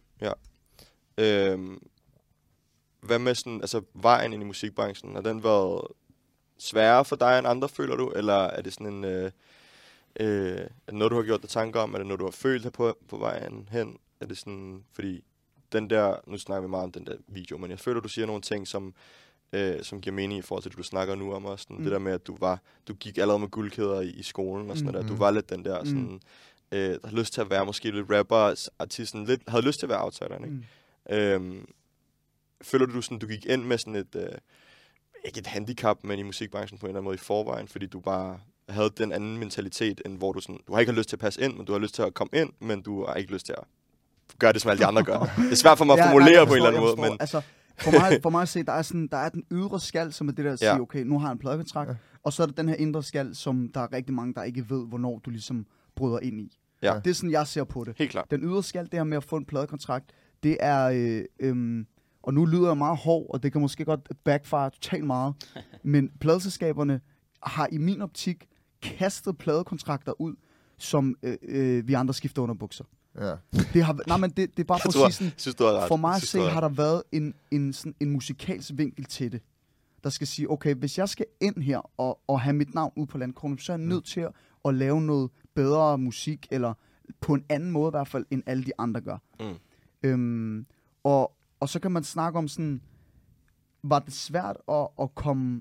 Øhm, hvad med sådan, altså vejen ind i musikbranchen, har den været sværere for dig end andre, føler du? Eller er det sådan en, øh, øh, er det noget, du har gjort dig tanker om? Er det noget, du har følt her på, på vejen hen? Er det sådan, fordi den der, nu snakker vi meget om den der video, men jeg føler, du siger nogle ting, som, øh, som giver mening i forhold til det, du snakker nu om også. Sådan, Mm. det der med, at du var, du gik allerede med guldkæder i, i skolen og sådan Mm. noget der. Du Mm. var lidt den der, Mm. sådan, øh, der har lyst til at være måske lidt rapper, artisten, lidt, havde lyst til at være outsideren, ikke? Mm. Øhm, føler du, sådan, du gik ind med sådan et, øh, ikke et handicap, men i musikbranchen på en eller anden måde i forvejen, fordi du bare havde den anden mentalitet, end hvor du sådan, du har ikke lyst til at passe ind, men du har lyst til at komme ind, men du har ikke lyst til at gøre det, som alle de andre gør. Det er svært for mig at Ja, formulere nej, jeg på en eller anden forstår, måde, jeg men forstår. Altså, for mig, for mig at se, der er, sådan, der er den ydre skal, som er det der at sige, Ja. okay, nu har jeg en pladekontrakt, Ja. og så er der den her indre skal, som der er rigtig mange, der ikke ved, hvornår du ligesom bryder ind i. Ja. Det er sådan, jeg ser på det. helt klart. Den ydre skal, det her med at få en pladekontrakt, det er, øh, øhm, og nu lyder jeg meget hård, og det kan måske godt backfire totalt meget, men pladeselskaberne har i min optik kastet pladekontrakter ud, som øh, øh, vi andre skifter under bukser. Ja. Det har, nej, men det, det er bare Jeg for at tror, sige sådan, jeg synes, du har ret. for mig Jeg at synes, se, du har ret. der været en, en, sådan, en musikalsk vinkel til det, der skal sige, okay, hvis jeg skal ind her og, og have mit navn ud på landkronen, så er jeg nødt til at, at lave noget bedre musik, eller på en anden måde i hvert fald, end alle de andre gør. Mm. Øhm, og, og så kan man snakke om sådan, var det svært at, at komme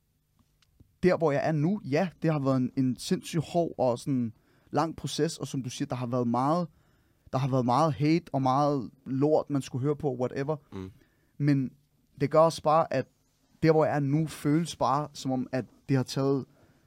der, hvor jeg er nu? Ja, det har været en, en sindssygt hård og sådan lang proces, og som du siger, der har været meget, der har været meget hate og meget lort, man skulle høre på, whatever. Mm. Men det gør også bare, at der, hvor jeg er nu, føles bare som om, at det har taget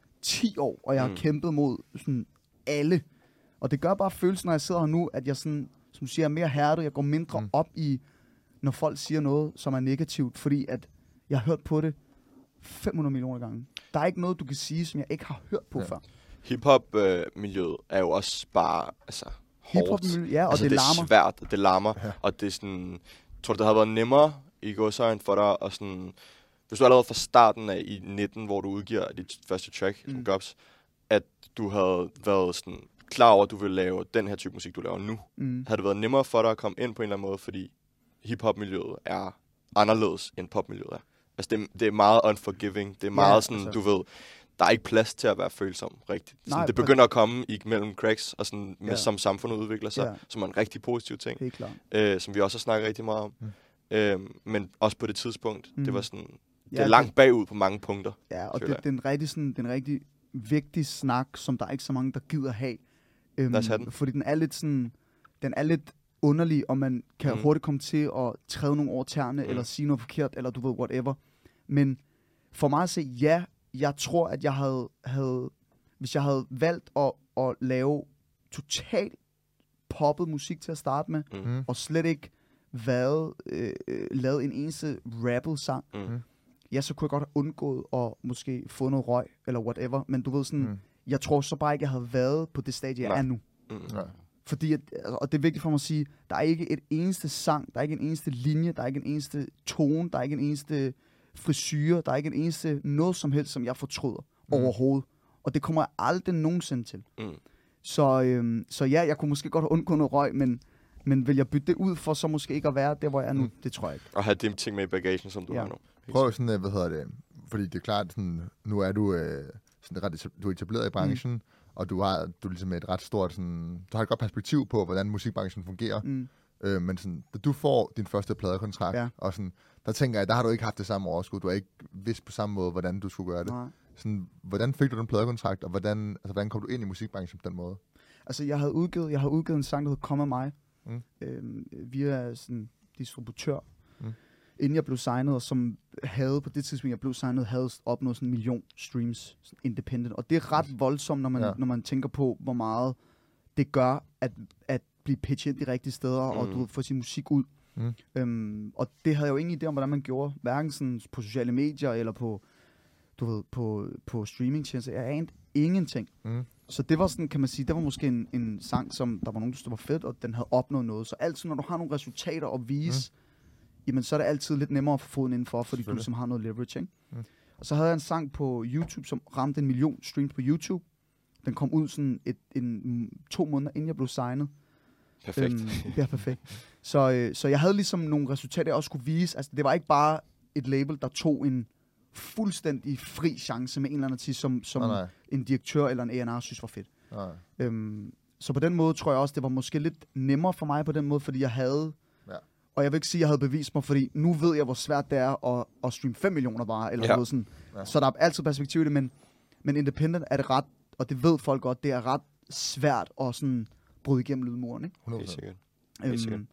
ti år, og jeg har Mm. kæmpet mod sådan alle. Og det gør bare følelsen, når jeg sidder her nu, at jeg sådan, som du siger, er mere hærdet. Jeg går mindre Mm. mm. op i, når folk siger noget, som er negativt, fordi at jeg har hørt på det fem hundrede millioner gange. Der er ikke noget, du kan sige, som jeg ikke har hørt på Ja. ja. før. Hip-hop-miljøet er jo også bare, altså, hårdt. Hip-hop, ja, og altså, det, det er larmer. svært, og det larmer, Ja. og det er sådan, tror du, det havde været nemmere i gåseøjne for dig, og sådan, hvis du allerede fra starten af i nitten, hvor du udgiver dit første track, Mm. mm. Gobs, at du havde været sådan klar over, at du ville lave den her type musik, du laver nu, Mm. havde det været nemmere for dig at komme ind på en eller anden måde, fordi hip-hop-miljøet er anderledes, end popmiljøet er. Altså, det, er- det er meget unforgiving, det er meget Ja, sådan, altså. du ved, der er ikke plads til at være følsom, rigtigt. Sådan, Nej, det præ- begynder at komme i, mellem cracks, og sådan, med, Ja. som samfundet udvikler sig, Ja. som er en rigtig positiv ting, Helt klart. øh, som vi også har snakket rigtig meget om. Mm. Øh, men også på det tidspunkt, Mm. det var sådan, det Ja, er langt bagud på mange punkter. Ja, og føler det, det er en rigtig, sådan, den rigtig vigtig snak, som der er ikke så mange, der gider have. Øhm, Lad os have den. Fordi den er lidt sådan, den er lidt underlig, og man kan Mm. mm. hurtigt komme til at træde nogle over tæerne, Mm. mm. eller sige noget forkert, eller du ved, whatever. Men for mig at se, ja, jeg tror, at jeg havde, havde hvis jeg havde valgt at, at lave totalt poppet musik til at starte med, Mm. Mm. og slet ikke været, øh, øh, lavet en eneste rappet sang, Mm. ja, så kunne jeg godt have undgået at måske få noget røg, eller whatever. Men du ved sådan, Mm. mm. jeg tror så bare ikke, jeg havde været på det stadie, jeg Nej. er nu. Mm. Ja. Fordi, at, og det er vigtigt for mig at sige, der er ikke et eneste sang, der er ikke en eneste linje, der er ikke en eneste tone, der er ikke en eneste frisyre, der er ikke en eneste noget som helst, som jeg fortryder Mm. mm. overhovedet. Og det kommer jeg aldrig nogensinde til. Mm. Så, øhm, så ja, jeg kunne måske godt have undgået noget røg, men, men vil jeg bytte det ud for så måske ikke at være der, hvor jeg er nu? Mm. Det tror jeg ikke. Og have de ting med i bagagen, som du Ja. har nu. Helt Prøv sådan, øh, hvad hedder det, fordi det er klart, sådan, nu er du, øh, sådan ret, etab- du er etableret i branchen, mm. og du har du er ligesom et ret stort, sådan, du har et godt perspektiv på, hvordan musikbranchen fungerer, Mm. øh, men sådan, da du får din første pladekontrakt, Ja. og sådan, der tænker jeg, der har du ikke haft det samme overskud, du har ikke vidst på samme måde, hvordan du skulle gøre det. Nej. Sådan, hvordan fik du den pladekontrakt, og hvordan, altså, hvordan kom du ind i musikbranchen på den måde? Altså, jeg havde udgivet, jeg havde udgivet en sang, der hed Kom af mig, Mm. øhm, via sådan distributør, Mm. inden jeg blev signet, og som havde, på det tidspunkt, jeg blev signet, havde opnået sådan en million streams, sådan independent. Og det er ret voldsomt, når man, Ja. ja. når man tænker på, hvor meget det gør, at, at blive pitchet de rigtige steder, mm. og du ved, få sin musik ud. Mm. Øhm, og det havde jeg jo ingen idé om, hvordan man gjorde, hverken sådan på sociale medier, eller på, du ved, på, på streamingtjenester. Jeg anede ingenting. Mm. Så det var sådan, kan man sige, det var måske en, en sang, som der var nogen, der stod var fedt, og den havde opnået noget. Så altid, når du har nogle resultater at vise, mm. jamen så er det altid lidt nemmere at få foden indenfor, fordi du ligesom har noget leverage, ikke? Mm. Og så havde jeg en sang på YouTube, som ramte en million streams på YouTube. Den kom ud sådan et, en, to måneder, inden jeg blev signet. Perfekt. Øhm, ja, perfekt. Så, øh, så jeg havde ligesom nogle resultater, jeg også skulle vise. Altså, det var ikke bare et label, der tog en fuldstændig fri chance med en eller anden artist, som, som nej, nej. en direktør eller en A and R synes var fedt. Nej. Øhm, så på den måde tror jeg også, det var måske lidt nemmere for mig på den måde, fordi jeg havde... Ja. Og jeg vil ikke sige, at jeg havde bevist mig, fordi nu ved jeg, hvor svært det er at, at streame fem millioner bare, eller ja. noget sådan. Ja. Så der er altid perspektiv i det, men, men independent er det ret, og det ved folk godt, det er ret svært at sådan bryde igennem lydmuren, ikke? hundrede Helt procent. sikkert. Helt sikkert. Øhm,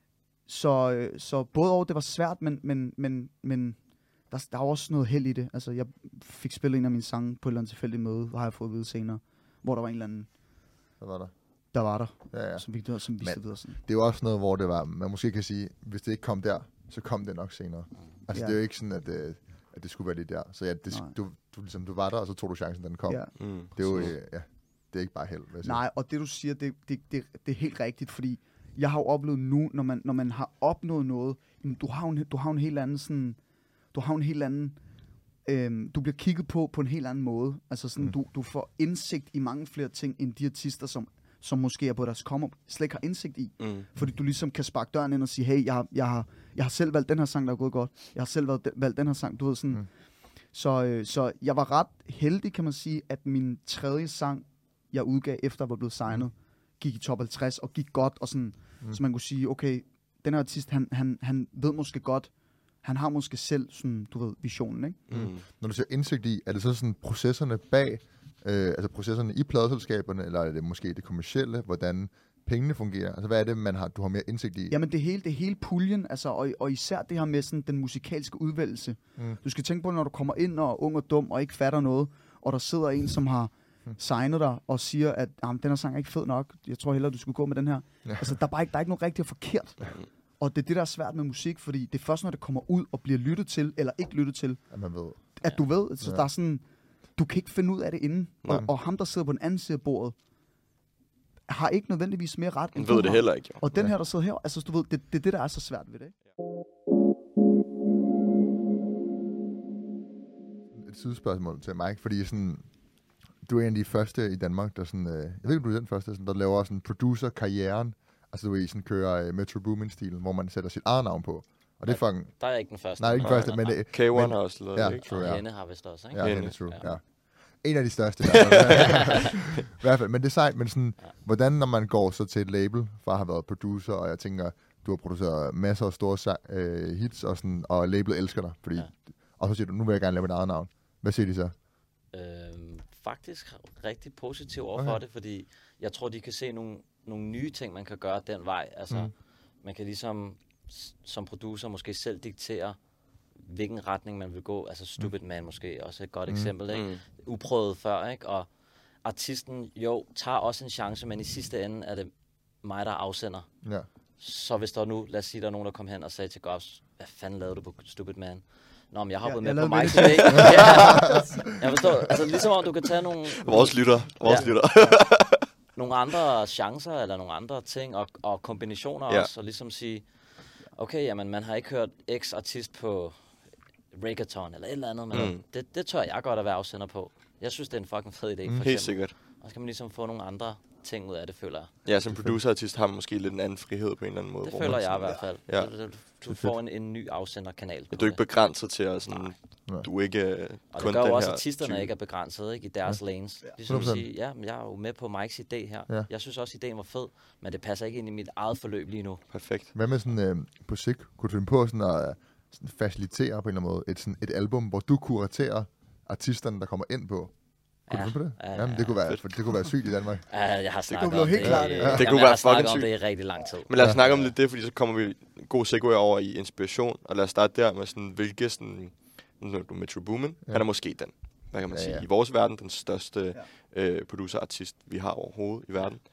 så, så både over, det var svært, men, men, men, men der, der er også noget held i det. Altså, jeg fik spillet en af mine sange på et eller andet tilfældigt møde, har jeg fået at vide senere, hvor der var en eller anden, Hvad var der? der var der, Ja, ja. som, vi, som viste Men- videre sådan. Det er jo også noget, hvor det var, man måske kan sige, hvis det ikke kom der, så kom det nok senere. Altså, Ja. det er jo ikke sådan, at det, at det skulle være lige der. Så ja, det, Nej. du, du, ligesom, du var der, og så tog du chancen, da den kom. Ja. Mm. Det er jo, øh, ja, det er ikke bare held, vil jeg sige. Nej, og det du siger, det, det, det, det er helt rigtigt, fordi jeg har jo oplevet nu, når man, når man har opnået noget, jamen, du har jo en, du har jo en helt anden sådan, du har jo en helt anden, øhm, du bliver kigget på på en helt anden måde. Altså sådan, Mm. du, du får indsigt i mange flere ting, end de artister, som, som måske er på deres come-up, slet ikke har indsigt i. Mm. Fordi du ligesom kan sparke døren ind og sige, hey, jeg har, jeg har, jeg har selv valgt den her sang, der er gået godt. Jeg har selv valgt, valgt den her sang, du ved sådan. Mm. Så, øh, så jeg var ret heldig, kan man sige, at min tredje sang, jeg udgav efter jeg var blevet signet, gik i top halvtreds og gik godt, og sådan, mm. så man kunne sige, okay, den her artist, han, han, han ved måske godt, han har måske selv sådan, du ved, visionen, ikke? Mm. Når du siger indsigt i, er det så sådan processerne bag, øh, altså processerne i pladeselskaberne, eller er det måske det kommercielle, hvordan pengene fungerer? Altså hvad er det, man har, du har mere indsigt i? Jamen det hele, det hele puljen, altså, og, og især det her med sådan, den musikalske udvælgelse. Mm. Du skal tænke på, når du kommer ind og er ung og dum og ikke fatter noget, og der sidder en, som har signet dig og siger, at den her sang er ikke fed nok, jeg tror hellere, du skulle gå med den her. Ja. Altså, der er bare ikke, der er ikke noget rigtigt og forkert. Og det er det, der er svært med musik, fordi det er først, når det kommer ud og bliver lyttet til, eller ikke lyttet til, At man ved. at du ved, så Ja. der er sådan, du kan ikke finde ud af det inden. Og, Nej. og ham, der sidder på den anden side af bordet, har ikke nødvendigvis mere ret, end Han du ved det har. heller ikke, jo. Og den Ja. her, der sidder her, altså du ved, det, det er det, der er så svært ved det. Ikke? Et sidespørgsmål til Mike, fordi sådan, du er en af de første i Danmark, der sådan, øh, jeg ved ikke, om du er den første, sådan, der laver sådan producer-karrieren, altså du ved, I sådan kører øh, Metro Boomin-stilen, hvor man sætter sit eget navn på. Og det er fucking, Der er jeg ikke den første. nej, ikke den første, men, øh, K et men har også lavet ja. det, ikke? True, og ja. Henne har vist også, ikke? ja, Hende. det er true, Ja. ja. En af de største. Der, i hvert fald, men det er sejt, men sådan, Ja. hvordan når man går så til et label, for at have været producer, og jeg tænker, du har produceret masser af store sa- øh, hits, og, sådan, og labelet elsker dig, fordi, Ja. og så siger du, nu vil jeg gerne lave mit eget navn. Hvad siger de så? Øhm, faktisk rigtig positiv over for Okay. det, fordi jeg tror, de kan se nogle, nogle nye ting, man kan gøre den vej. Altså, Mm. mm. man kan ligesom s- som producer måske selv diktere, hvilken retning man vil gå. Altså Stupid Man måske også et godt Mm. mm. eksempel, ikke? Mm. Uprøvet før, ikke? Og artisten, jo, tager også en chance, men i sidste ende er det mig, der afsender. Ja. Så hvis der nu, lad os sige, der er nogen, der kom hen og sagde til Goffs, hvad fanden lavede du på Stupid Man? Nå, men jeg hoppede Ja, med jeg på lavede Mike's idé. Ja, jeg forstår. Altså ligesom om du kan tage nogle, Vores lytter. Vores Ja. lytter. nogle andre chancer, eller nogle andre ting, og, og kombinationer Ja. også, og ligesom sige, okay, jamen man har ikke hørt X artist på reggaeton, eller et eller andet, men Mm. mm. det, det tør jeg godt at være afsender på. Jeg synes, det er en fucking fed idé, Mm. for Helt eksempel. sikkert. Og så kan man ligesom få nogle andre ting ud af det, føler jeg. Ja, som producerartist har man måske lidt en anden frihed på en eller anden måde. Det hvor føler man jeg i sådan- hvert fald. Ja. Du, du, du får en, en ny afsenderkanal. Ja, på du er ikke det. begrænset til at sådan, Nej. du er ikke øh, Og kun det gør den jo også, her at artisterne type. ikke er begrænset, ikke, i deres ja. lanes. Ligesom hundrede at procent. sige, ja, men jeg er jo med på Mikes idé her. Ja. Jeg synes også, ideen var fed, men det passer ikke ind i mit eget forløb lige nu. Perfekt. Hvad med sådan, øh, på sigt, kunne du finde på sådan at øh, sådan facilitere på en eller anden måde et, sådan et album, hvor du kuraterer artisterne, der kommer ind på? Kunne Ja. du finde på det? Ja, Jamen, det kunne være, for det kunne være sygt i Danmark. Ja, jeg har snakket blive om helt det. klart, i- ja. Det Jamen, kunne jeg være har snakket fucking om sygt. det i rigtig lang tid. Men lad os Ja. snakke om lidt det, fordi så kommer vi god segue over i inspiration, og lad os starte der med sådan, hvilke sådan, nu er du Metro Boomin, Ja. ja. han er måske den, hvad kan man Ja, sige, ja. i vores verden, den største øh, producerartist, vi har overhovedet i verden.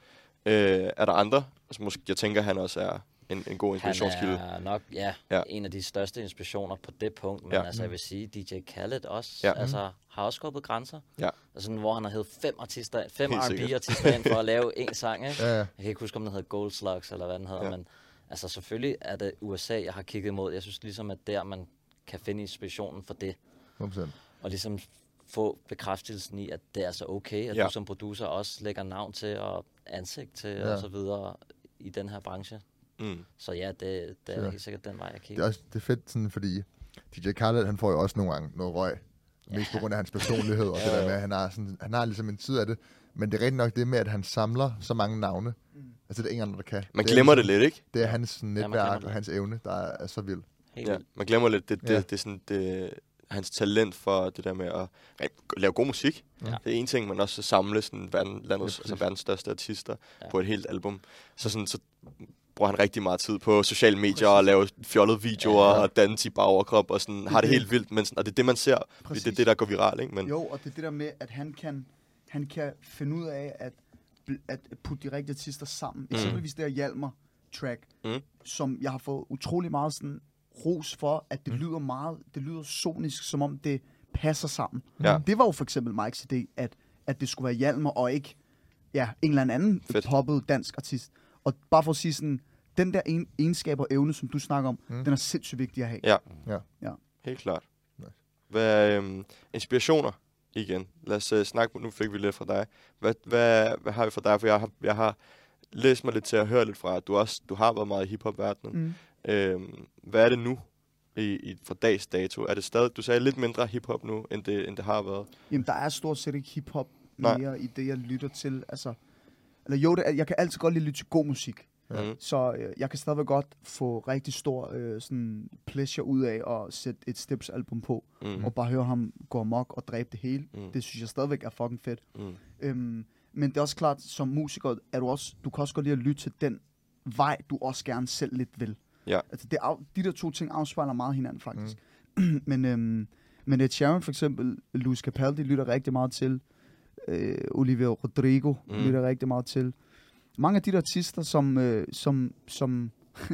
Øh, er der andre? Altså, måske, jeg tænker, han også er en, en god inspirationskilde. Han er nok ja, Ja. en af de største inspirationer på det punkt, men Ja. altså jeg vil sige, D J Khaled også, Ja. altså, har også skubbet grænser. Ja. Altså, hvor han har hævet fem artister, fem Helt R and sikkert. B-artister ind for at lave en sang, ikke? Ja, ja. Jeg kan ikke huske, om den hedder Gold Slugs, eller hvad den hedder, Ja. men altså selvfølgelig er det U S A, jeg har kigget imod. Jeg synes ligesom, at der man kan finde inspirationen for det, hundrede procent. og ligesom få bekræftelsen i, at det er så okay, at Ja. du som producer også lægger navn til og ansigt til Ja. og så videre i den her branche. Mm. Så ja, det, det er Ja. helt sikkert den vej, jeg Det kigger. er, også, det er fedt, sådan, fordi D J Khaled, han får jo også nogle gange noget røg. Mest på grund af hans personlighed, og det der med, at han har, sådan, han har ligesom en tid af det. Men det er rigtig nok det med, at han samler så mange navne. Mm. Altså, det er ingen andre, der kan. Man det er glemmer det ligesom- lidt, ikke? Det er hans sådan, man glemmer netværk det. og hans evne, der er, er så vild. Helt Ja, vildt. man glemmer lidt, det, det, Ja. det, det er sådan, det, hans talent for det der med at rent- lave god musik. Ja. Det er en ting, men også at samle sådan verden, landets, Ja, altså præcis. verdens største artister Ja. på et helt album. Så, sådan, så bruger han rigtig meget tid på sociale medier og lave fjollede videoer Ja. og danse i bagoverkrop og sådan, har det det. helt vildt. Men, sådan, og det er det, man ser. Fordi det er Præcis. det, der går viralt, ikke? Men, Jo, og det er det der med, at han kan, han kan finde ud af at, bl- at putte de rigtige artister sammen. Mm. Eksempelvis det her Hjalmar-track, Mm. som jeg har fået utrolig meget sådan ros for, at det Mm. lyder meget, det lyder sonisk, som om det passer sammen. Ja. Det var jo for eksempel Mikes idé, at, at det skulle være Hjalmar og ikke ja, en eller anden Fedt. poppet dansk artist. Og bare for at sige sådan, den der en, egenskab og evne, som du snakker om, Mm. den er sindssygt vigtig at have. Ja. Ja. Ja. helt klart. Nice. Hvad øhm, inspirationer igen? Lad os uh, snakke, nu fik vi lidt fra dig. Hvad, hvad, hvad har vi fra dig? For jeg har, jeg har læst mig lidt til at høre lidt fra, at du, også, du har været meget i hiphop-verdenen. Mm. Øhm, hvad er det nu i, i, fra dags dato? Er det stadig, du sagde lidt mindre hiphop nu, end det, end det har været? Jamen, der er stort set ikke hiphop Nej. mere i det, jeg lytter til. Altså, eller jo, det er, jeg kan altid godt lide at lytte til god musik. Ja. Mm. Så øh, jeg kan stadigvæk godt få rigtig stor øh, sådan pleasure ud af at sætte et Steps-album på, Mm. og bare høre ham gå amok og dræbe det hele. Mm. Det synes jeg stadigvæk er fucking fedt. Mm. Øhm, men det er også klart, som musiker, er du også, du kan også godt lide at lytte til den vej, du også gerne selv lidt vil. Ja. Altså, det af, de der to ting afspejler meget hinanden, faktisk. Mm. men, øhm, men Ed Sheeran for eksempel, Luis Capaldi lytter rigtig meget til. Øh, Olivia Rodrigo Mm. mm. lytter rigtig meget til. Mange af de der artister, som, øh, som, som,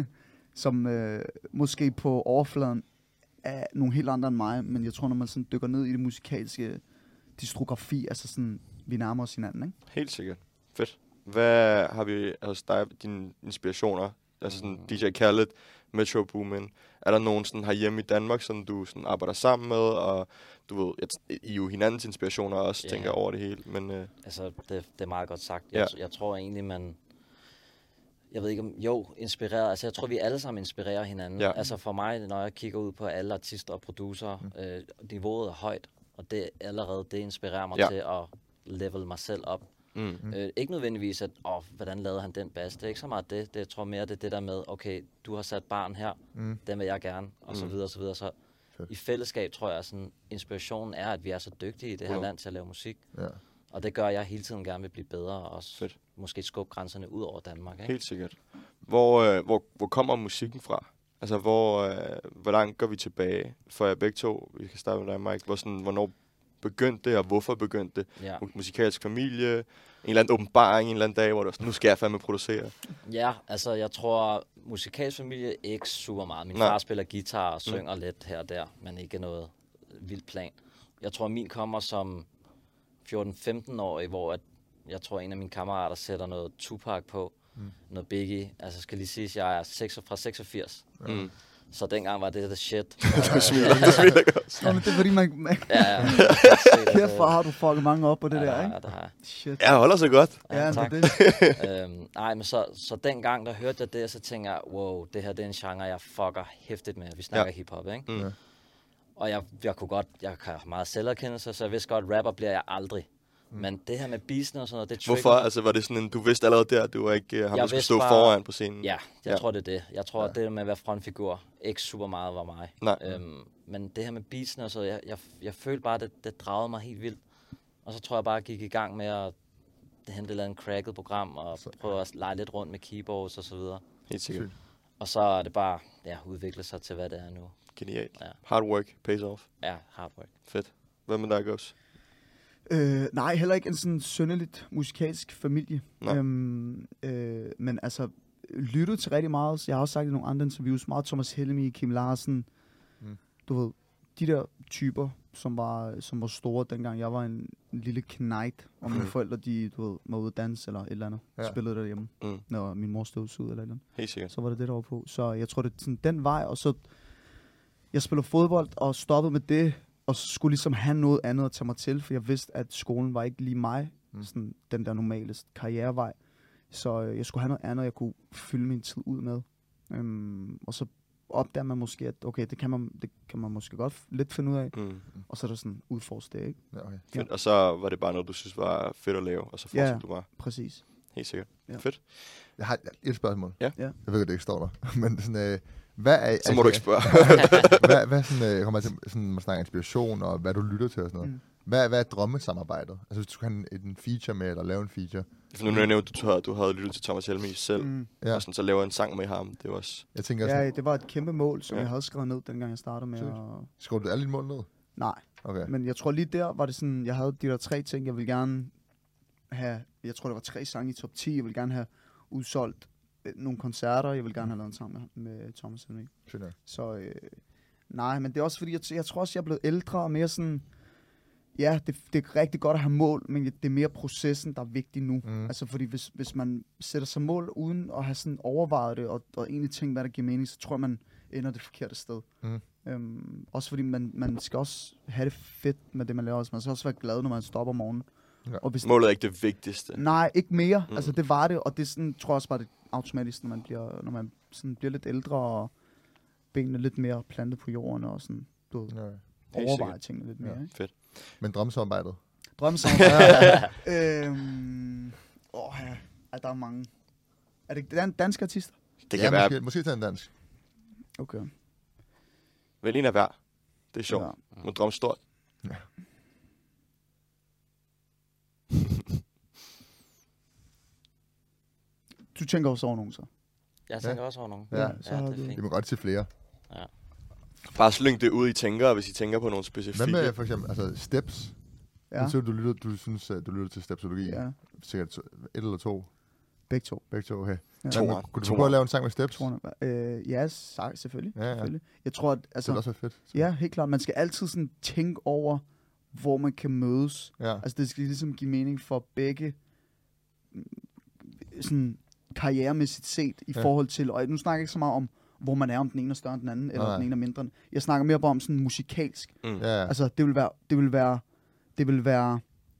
som øh, måske på overfladen er nogle helt andre end mig, men jeg tror, når man sådan dykker ned i det musikalske distrografi, altså sådan, vi nærmer os hinanden, ikke? Helt sikkert. Fedt. Hvad har vi hos dig, dine inspirationer? Altså sådan D J Khaled, Metro Boomin. Er der nogen sådan herhjemme i Danmark, som du sådan arbejder sammen med? Og du ved, jeg, I er jo hinandens inspirationer også, Ja. tænker jeg over det hele. Men øh, Altså, det, det er meget godt sagt. Ja. Jeg, jeg tror egentlig, man... Jeg ved ikke om... Jo, inspireret. Altså, jeg tror, vi alle sammen inspirerer hinanden. Ja. Altså, for mig, når jeg kigger ud på alle artister og producer, mm. øh, niveauet er højt. Og det allerede, det inspirerer mig Ja. til at level mig selv op. mm. Mm. Øh, ikke nødvendigvis, at, åh, hvordan lavede han den bass? Det er ikke så meget det. det jeg tror mere, det er det der med, okay, du har sat barn her, Mm. den vil jeg gerne, og så Mm. videre, og så videre. Så Fedt. i fællesskab tror jeg, sådan, inspirationen er, at vi er så dygtige i det her Jo. land til at lave musik. Ja. Og det gør, at jeg hele tiden gerne vil blive bedre, og også Fedt. måske skubbe grænserne ud over Danmark. Ikke? Helt sikkert. Hvor, øh, hvor, hvor kommer musikken fra? Altså, hvor, øh, hvor langt går vi tilbage? For jer begge to, vi kan starte med dig, Mike. Hvor sådan, hvornår begyndte det, og hvorfor begyndte det? Ja. Mu- Musikalsk familie, en eller anden åbenbaring en eller anden dag, hvor du var sådan, nu skal jeg fandme producere. ja, altså jeg tror, musikalsk familie ikke super meget. Min Nej. far spiller guitar og synger mm. lidt her og der, men ikke noget vildt plan. Jeg tror, min kommer som fjorten-femten-årig, hvor at, jeg tror, en af mine kammerater sætter noget Tupac på, mm. noget Biggie. Altså skal lige sige, at jeg er seks, fra seksogfirs. Mm. Så dengang var det the shit. Du smiler, du smiler godt. Nå, men det er fordi, man... man Ja, ja. Kæft, har du fucket mange op på det ja, der, ja, ikke? det har jeg. Shit. Ja, holder sig godt. Ja, ja tak. det er det. øhm, nej, men så, så dengang, der hørte jeg det, og så tænkte jeg, wow, det her det er en genre, jeg fucker hæftigt med. Vi snakker Ja. ja. hiphop, ikke? Mm. Ja. Og jeg, jeg kunne godt, jeg har meget selverkendelse, så jeg vidste godt, rapper bliver jeg aldrig. Mm. Men det her med beatsene og sådan noget, det trigger. Hvorfor? Altså, var det sådan en, du vidste allerede der, at du var ikke uh, ham, Jeg der skulle vidste stå bare- foran på scenen? Ja, jeg Ja. ja. tror, det er det. Jeg tror, Ja. ja. at det med at være frontfigur, ikke super meget var mig. Nej. Øhm, men det her med beatsene og så, jeg, jeg, jeg følte bare, at det, det dragede mig helt vildt. Og så tror jeg bare, at jeg gik i gang med at hente et eller andet cracket program, og Så- prøve at lege lidt rundt med keyboards og så videre. Helt sikkert. Sygt. Og så er det bare, ja, udvikle sig til, hvad det er nu. Genialt. Ja. Hard work pays off. Ja, hard work. Fedt. Hvad med dig, Gus? Øh, nej, heller ikke en sådan synderligt musikalsk familie. Nej. Øhm, øh, men altså, lyttet til rigtig meget. Jeg har også sagt i nogle andre interviews, meget Thomas Helmig, Kim Larsen, Mm. du ved, de der typer, som var, som var store dengang. Jeg var en, en lille knægt, og mine Mm. forældre, de du ved, var ude at danse eller et eller andet. Ja. Ja. Spillede derhjemme, Mm. når min mor stod ud eller et eller andet. Helt sikkert. Så var det det, der var på. Så jeg tror, det er sådan den vej, og så... Jeg spillede fodbold og stoppede med det, og så skulle ligesom have noget andet at tage mig til, for jeg vidste, at skolen var ikke lige mig, Mm. mm. sådan den der normale karrierevej. Så øh, jeg skulle have noget andet, jeg kunne fylde min tid ud med. Øhm, og så opdager man måske, at okay, det kan man, det kan man måske godt f- lidt finde ud af, Mm. og så er der sådan udforsk det, ikke? Ja, okay. Fedt. Og så var det bare noget, du synes var fedt at lave, og så fortsatte Ja. du bare. Præcis. Helt sikkert. Ja. Fedt. Jeg har et spørgsmål. Ja. Ja. Jeg ved, at det ikke står der. Men sådan, øh, hvad er... Så må du ikke spørge. hvad, hvad sådan, øh, jeg kommer til sådan, man snakker inspiration, og hvad du lytter til og sådan noget. Mm. Hvad, hvad er drømmesamarbejdet? Altså, hvis du skulle have en, en feature med, eller lave en feature. For nu når jeg nævnte, du havde, du havde lyttet til Thomas Helmig selv, Mm. Ja. og sådan, så laver en sang med ham. Det var også... Jeg tænker sådan, Ja, det var et kæmpe mål, som Ja. ja. jeg havde skrevet ned, dengang jeg startede med Sygt. at... skriver du alle dine mål ned? Nej. Okay. Men jeg tror lige der var det sådan, jeg havde de der tre ting, jeg ville gerne have, jeg tror det var tre sange i top ti, jeg ville gerne have udsolgt øh, nogle koncerter, jeg ville gerne have lavet en sang med, med Thomas Helmig. Sygt nok. Så øh, nej, men det er også fordi, jeg, jeg tror også, jeg er blevet ældre og mere sådan, ja, det, det er rigtig godt at have mål, men det er mere processen, der er vigtig nu. Mm. Altså fordi hvis, hvis man sætter sig mål uden at have sådan overvejet det, og, og egentlig tænke, hvad der giver mening, så tror jeg, man ender det forkerte sted. Mm. Øhm, også fordi man, man skal også have det fedt med det, man laver. Man skal også være glad, når man stopper om morgenen. Ja. Og hvis, Målet er ikke det vigtigste. nej, ikke mere. Mm. Mm. Altså det var det, og det er sådan, tror jeg også bare, det er automatisk, når man bliver, når man sådan bliver lidt ældre, og benene lidt mere plantet på jorden, og sådan, du ved, Ja. overvejer sikkert. tingene lidt Ja. mere. Ikke? Fedt. Men drømmesamarbejdet? Drømmesamarbejde. øhm, åh, ja. Ej, der er mange. Er det dan- danske artister? Det ja, kan være... måske, måske tage en dansk. Okay. Vel en af hver. Det er sjovt. Ja. Ja. Man drømmer stort. Ja. Du tænker også over nogen så? Jeg tænker også over nogen. Ja. så ja har det du- er Vi fint. må godt til flere. Bare slyng det ud, I tænker, hvis I tænker på nogle specifikke. Hvad med for eksempel altså Steps? Ja. Ja. Så du, lytter, du synes, at du lytter til Stepsologi? Ja, Sikkert to, et eller to? begge to. Begge to, okay. Ja. To. Hvad med- Toeren. Kunne du Toeren. prøve at lave en sang med Steps? Toerne. Øh, ja, sagt, selvfølgelig. Ja, ja. selvfølgelig. Jeg tror, at Det altså, ville også være fedt. ja, helt klart, man skal altid sådan tænke over, hvor man kan mødes. Ja. Altså, det skal ligesom give mening for begge mm, sådan karrieremæssigt set i Ja. forhold til, og nu snakker jeg ikke så meget om, hvor man er, om den ene er større end den anden, eller Nej. om den ene er mindre. Jeg snakker mere bare om sådan musikalsk. Mm. Ja, ja. Altså, det vil være, det vil være, det vil være,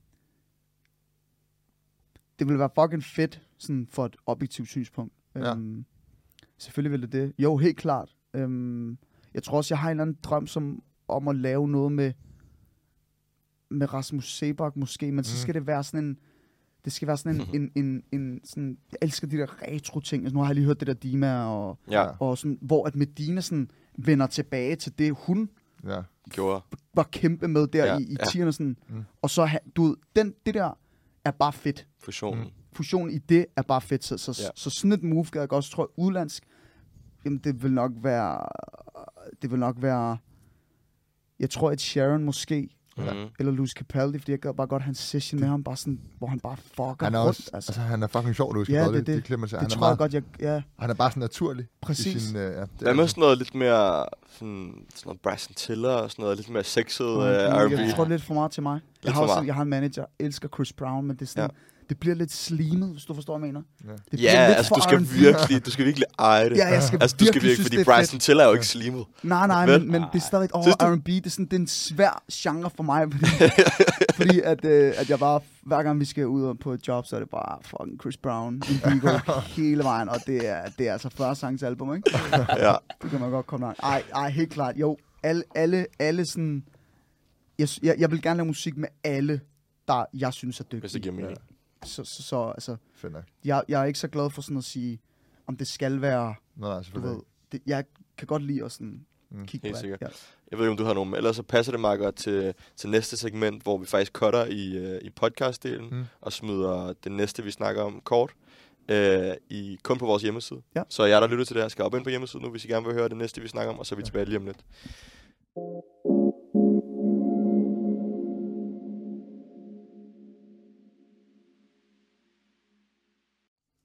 det vil være fucking fedt, sådan for et objektivt synspunkt. Ja. Øhm, selvfølgelig vil det det. Jo, helt klart. Øhm, jeg tror også, jeg har en eller anden drøm som, om at lave noget med, med Rasmus Sebak måske, men mm. så Mm. skal det være sådan en, det skal være sådan en, en, en, en sådan, jeg elsker de der retro ting. Altså, nu har jeg lige hørt det der Dima, og, Ja, og sådan, hvor at Medina sådan vender tilbage til det, hun ja. gjorde. var kæmpe med der Ja, ja, i, i ja. tierne sådan. Mm. Og så, ha- du ved, den, det der er bare fedt. Fusionen. Mm. Fusionen i det er bare fedt. Så, så, Ja. ja. så sådan et move, kan jeg også tror, udlandsk, jamen det vil nok være, det vil nok være, jeg tror, at Sharon måske, Ja. Mm. eller Louis Capaldi, fordi jeg gad bare godt have en session med ham, bare sådan, hvor han bare fucker Han er rundt. også, altså. altså, han er fucking sjov, du skal Ja, godt det er det, det, det. det, det, det han, er tror meget, jeg godt, jeg, ja, han er bare sådan naturlig. præcis. I sin, uh, ja, det Hvad er- med sådan noget lidt mere, sådan, sådan noget Bryson Tiller og sådan noget lidt mere sexet uh, R and B? Jeg tror, det er lidt for meget til mig. Lidt Jeg har, for også, meget. jeg har en manager, jeg elsker Chris Brown, men det er sådan, ja. det bliver lidt slimet, hvis du forstår, hvad jeg mener. Ja. Det bliver Ja, lidt altså for du skal R and B. virkelig, du skal virkelig eje det. Ja, jeg skal Altså du skal virkelig, synes, fordi det er Bryson fedt. Tiller er jo ikke slimet. Nej, nej, Vel? men, men det er stadig over Synes du? R and B. Det er, sådan, det er en svær genre for mig, fordi, fordi at, øh, at jeg bare, hver gang vi skal ud på et job, så er det bare fucking Chris Brown, Indigo, hele vejen, og det er, det er altså fyrre sangs album, ikke? Ja. Det kan man godt komme langt. Ej, ej, helt klart, jo, alle, alle, alle sådan, jeg, jeg, jeg vil gerne lave musik med alle, der jeg synes er Hvis det dygtige. giver mening. Så, så, så altså, Fedt nok. jeg, jeg er ikke så glad for sådan at sige, om det skal være, Nå, nej, du selvfølgelig. ved, det, jeg kan godt lide at sådan Mm. kigge Helt på sikkert. det. Jeg ved ikke, om du har nogen, men ellers så passer det meget godt til, til næste segment, hvor vi faktisk cutter i, uh, i podcastdelen, Mm. og smider det næste, vi snakker om kort, uh, i, kun på vores hjemmeside. Ja. Så jeg, der lytter til det her, skal op ind på hjemmesiden nu, hvis I gerne vil høre det næste, vi snakker om, og så er vi Ja. tilbage lige om lidt.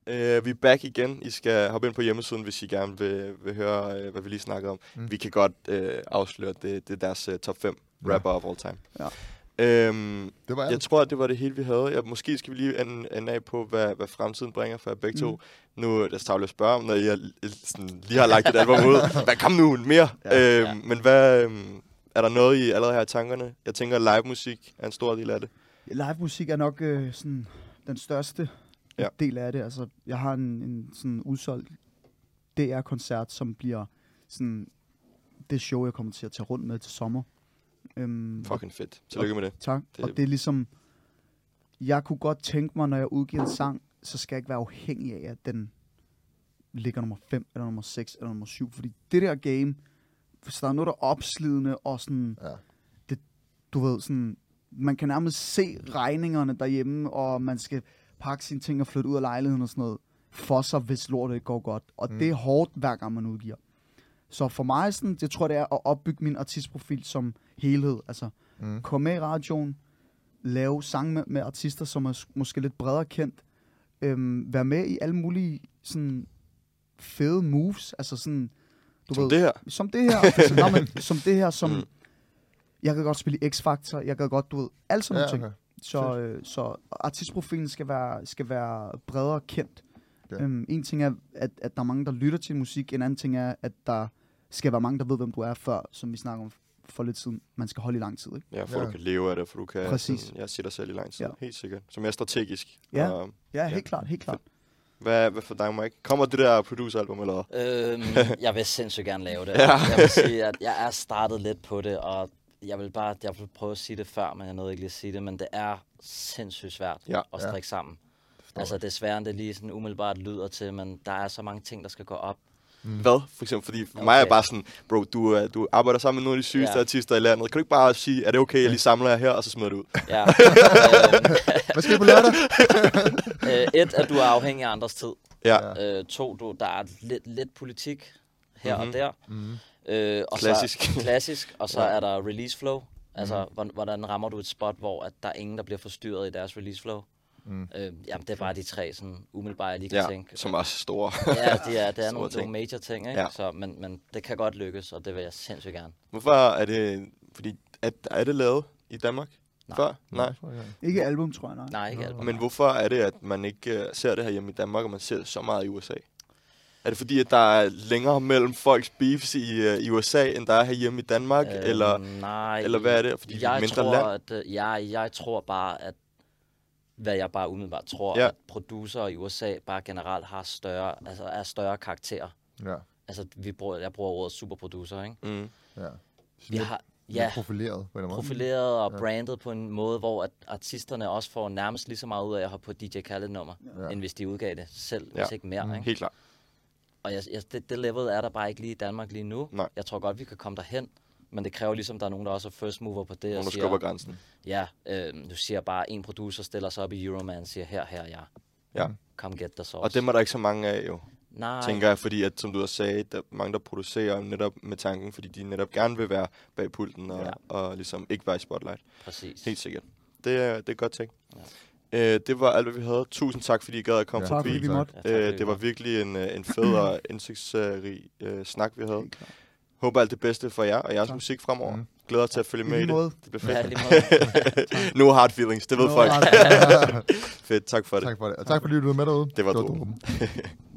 Uh, vi er back igen. I skal hoppe ind på hjemmesiden, hvis I gerne vil, vil høre, uh, hvad vi lige snakkede om. Mm. Vi kan godt uh, afsløre, det, det er deres uh, top fem ja. rapper of all time. Ja. Øhm, det var jeg tror, det var det hele, vi havde. Jeg, måske skal vi lige ende af på, hvad, hvad fremtiden bringer for jer begge to. Mm. Nu er det stavligt at spørge om, når jeg sådan, lige har lagt et album ud. Hvad kom nu mere? Ja, øhm, ja. Men hvad, øhm, er der noget, I allerede har i tankerne? Jeg tænker, live-musik er en stor del af det. Live-musik er nok øh, sådan, den største ja. del af det. Altså, jeg har en, en sådan udsolgt D R-koncert, som bliver sådan, det show, jeg kommer til at tage rundt med til sommer. Um, Fucking fedt. Tillykke med det. Tak. Det. Og det er ligesom, jeg kunne godt tænke mig, når jeg udgiver en sang, så skal jeg ikke være afhængig af, at den ligger nummer fem, eller nummer seks, eller nummer syv. Fordi det der game, hvis der er noget, der er opslidende, og sådan, ja. det, du ved, sådan, man kan nærmest se regningerne derhjemme, og man skal pakke sine ting og flytte ud af lejligheden og sådan noget, for sig, hvis lortet ikke går godt. Og mm. det er hårdt, hver gang man udgiver. Så for mig, sådan, det tror jeg, det er at opbygge min artistprofil som helhed. Altså, mm. komme med i radioen, lave sange med, med artister, som er måske lidt bredere kendt. Øhm, være med i alle mulige sådan, fede moves. Altså sådan, du som ved, det her? Som det her. altså, nå, men, som det her, som... Mm. Jeg kan godt spille i X-Factor, jeg kan godt, du ved, alt sådan ja, nogle ting. Så, øh, så artistprofilen skal være, skal være bredere kendt. Yeah. Øhm, en ting er, at, at der er mange, der lytter til musik. En anden ting er, at der skal være mange, der ved, hvem du er før, som vi snakker om for lidt siden. Man skal holde i lang tid, ikke? Ja, for ja. du kan leve af det, for du kan Præcis. jeg sætter selv i lang tid. Ja. Helt sikkert. Som er strategisk. Ja, og, ja helt ja. klart, helt klart. Hvad, hvad for dig, Mike? Kommer det der producer-album, eller øhm, jeg vil sindssygt gerne lave det. ja. Jeg vil sige, at jeg er startet lidt på det, og jeg vil bare jeg vil prøve at sige det før, men jeg nåede ikke lige at sige det, men det er sindssygt svært ja. at strikke ja. sammen. Altså, det er svært, det lige sådan umiddelbart lyder til, men der er så mange ting, der skal gå op. Mm. Hvad? For eksempel, fordi for okay. mig er bare sådan, bro, du, uh, du arbejder sammen med nogle af de sygeste ja. artister i landet. Kan du ikke bare sige, er det okay, jeg lige samler jer her, og så smider det ud? Ja. Hvad skal I på lørdag? Et, at du er afhængig af andres tid. Ja. Uh, to, du, der er lidt, lidt politik her mm-hmm. og der. Mm-hmm. Uh, og klassisk. Så, klassisk. Og så ja. er der release flow. Altså, mm-hmm. hvordan rammer du et spot, hvor at der er ingen, der bliver forstyrret i deres release flow? Mm. Øh, jamen, det er bare de tre, sådan umiddelbart, jeg lige kan ja, tænke. som er store. ja, det er, det er nogle, nogle major ting, ikke? Ja. Så, men, men det kan godt lykkes, og det vil jeg sindssygt gerne. Hvorfor er det, fordi, er, er det lavet i Danmark? Nej. Før? Nej. Ikke album, tror jeg, nej. Nej, ikke album. Men hvorfor er det, at man ikke uh, ser det her hjemme i Danmark, og man ser det så meget i U S A? Er det fordi, at der er længere mellem folks beefs i, uh, i U S A, end der er herhjemme i Danmark? Øh, eller, nej. Eller hvad er det? Fordi jeg, mindre tror, land? At, uh, jeg, jeg tror bare, at hvad jeg bare umiddelbart tror, ja. at producer i U S A bare generelt har større, altså er større karakterer. Ja. Altså, vi bruger, jeg bruger ordet superproducer, ikke? Mm. Ja. Vi har, ja, profileret på en måde. Profileret og ja. brandet på en måde, hvor at artisterne også får nærmest lige så meget ud af at have på D J Khaled-nummer, ja. end hvis de udgav det selv, ja. hvis ikke mere, mm. ikke? Helt klart. Og jeg, jeg, det, det level er der bare ikke lige i Danmark lige nu. Nej. Jeg tror godt, vi kan komme derhen. Men det kræver ligesom, at der er nogen, der også er first mover på det. Nogen, der skubber grænsen. Ja, øh, du siger bare, en producer stiller sig op i Euroman og siger, her, her, ja. Ja. Come get the sauce. Og dem er der ikke så mange af, jo. Nej. Tænker jeg, fordi at, som du har sagt, der er mange, der producerer netop med tanken, fordi de netop gerne vil være bag pulten og, ja. og ligesom ikke være i spotlight. Præcis. Helt sikkert. Det er, det er godt ting. Ja. Øh, det var alt, hvad vi havde. Tusind tak, fordi I gad at komme ja, forbi. Tak, fordi vi måtte. Ja, tak, øh, det var virkelig en, en fed og indsigtsrig øh, snak, vi havde. Håber alt det bedste for jer og jeres tak. musik fremover. Mm. Glæder til at følge med i det. Det bliver fedt. Ja, no hard feelings, det ved no folk. Fedt, tak for det. Tak for det. Og tak fordi du var med derude. Det var, det var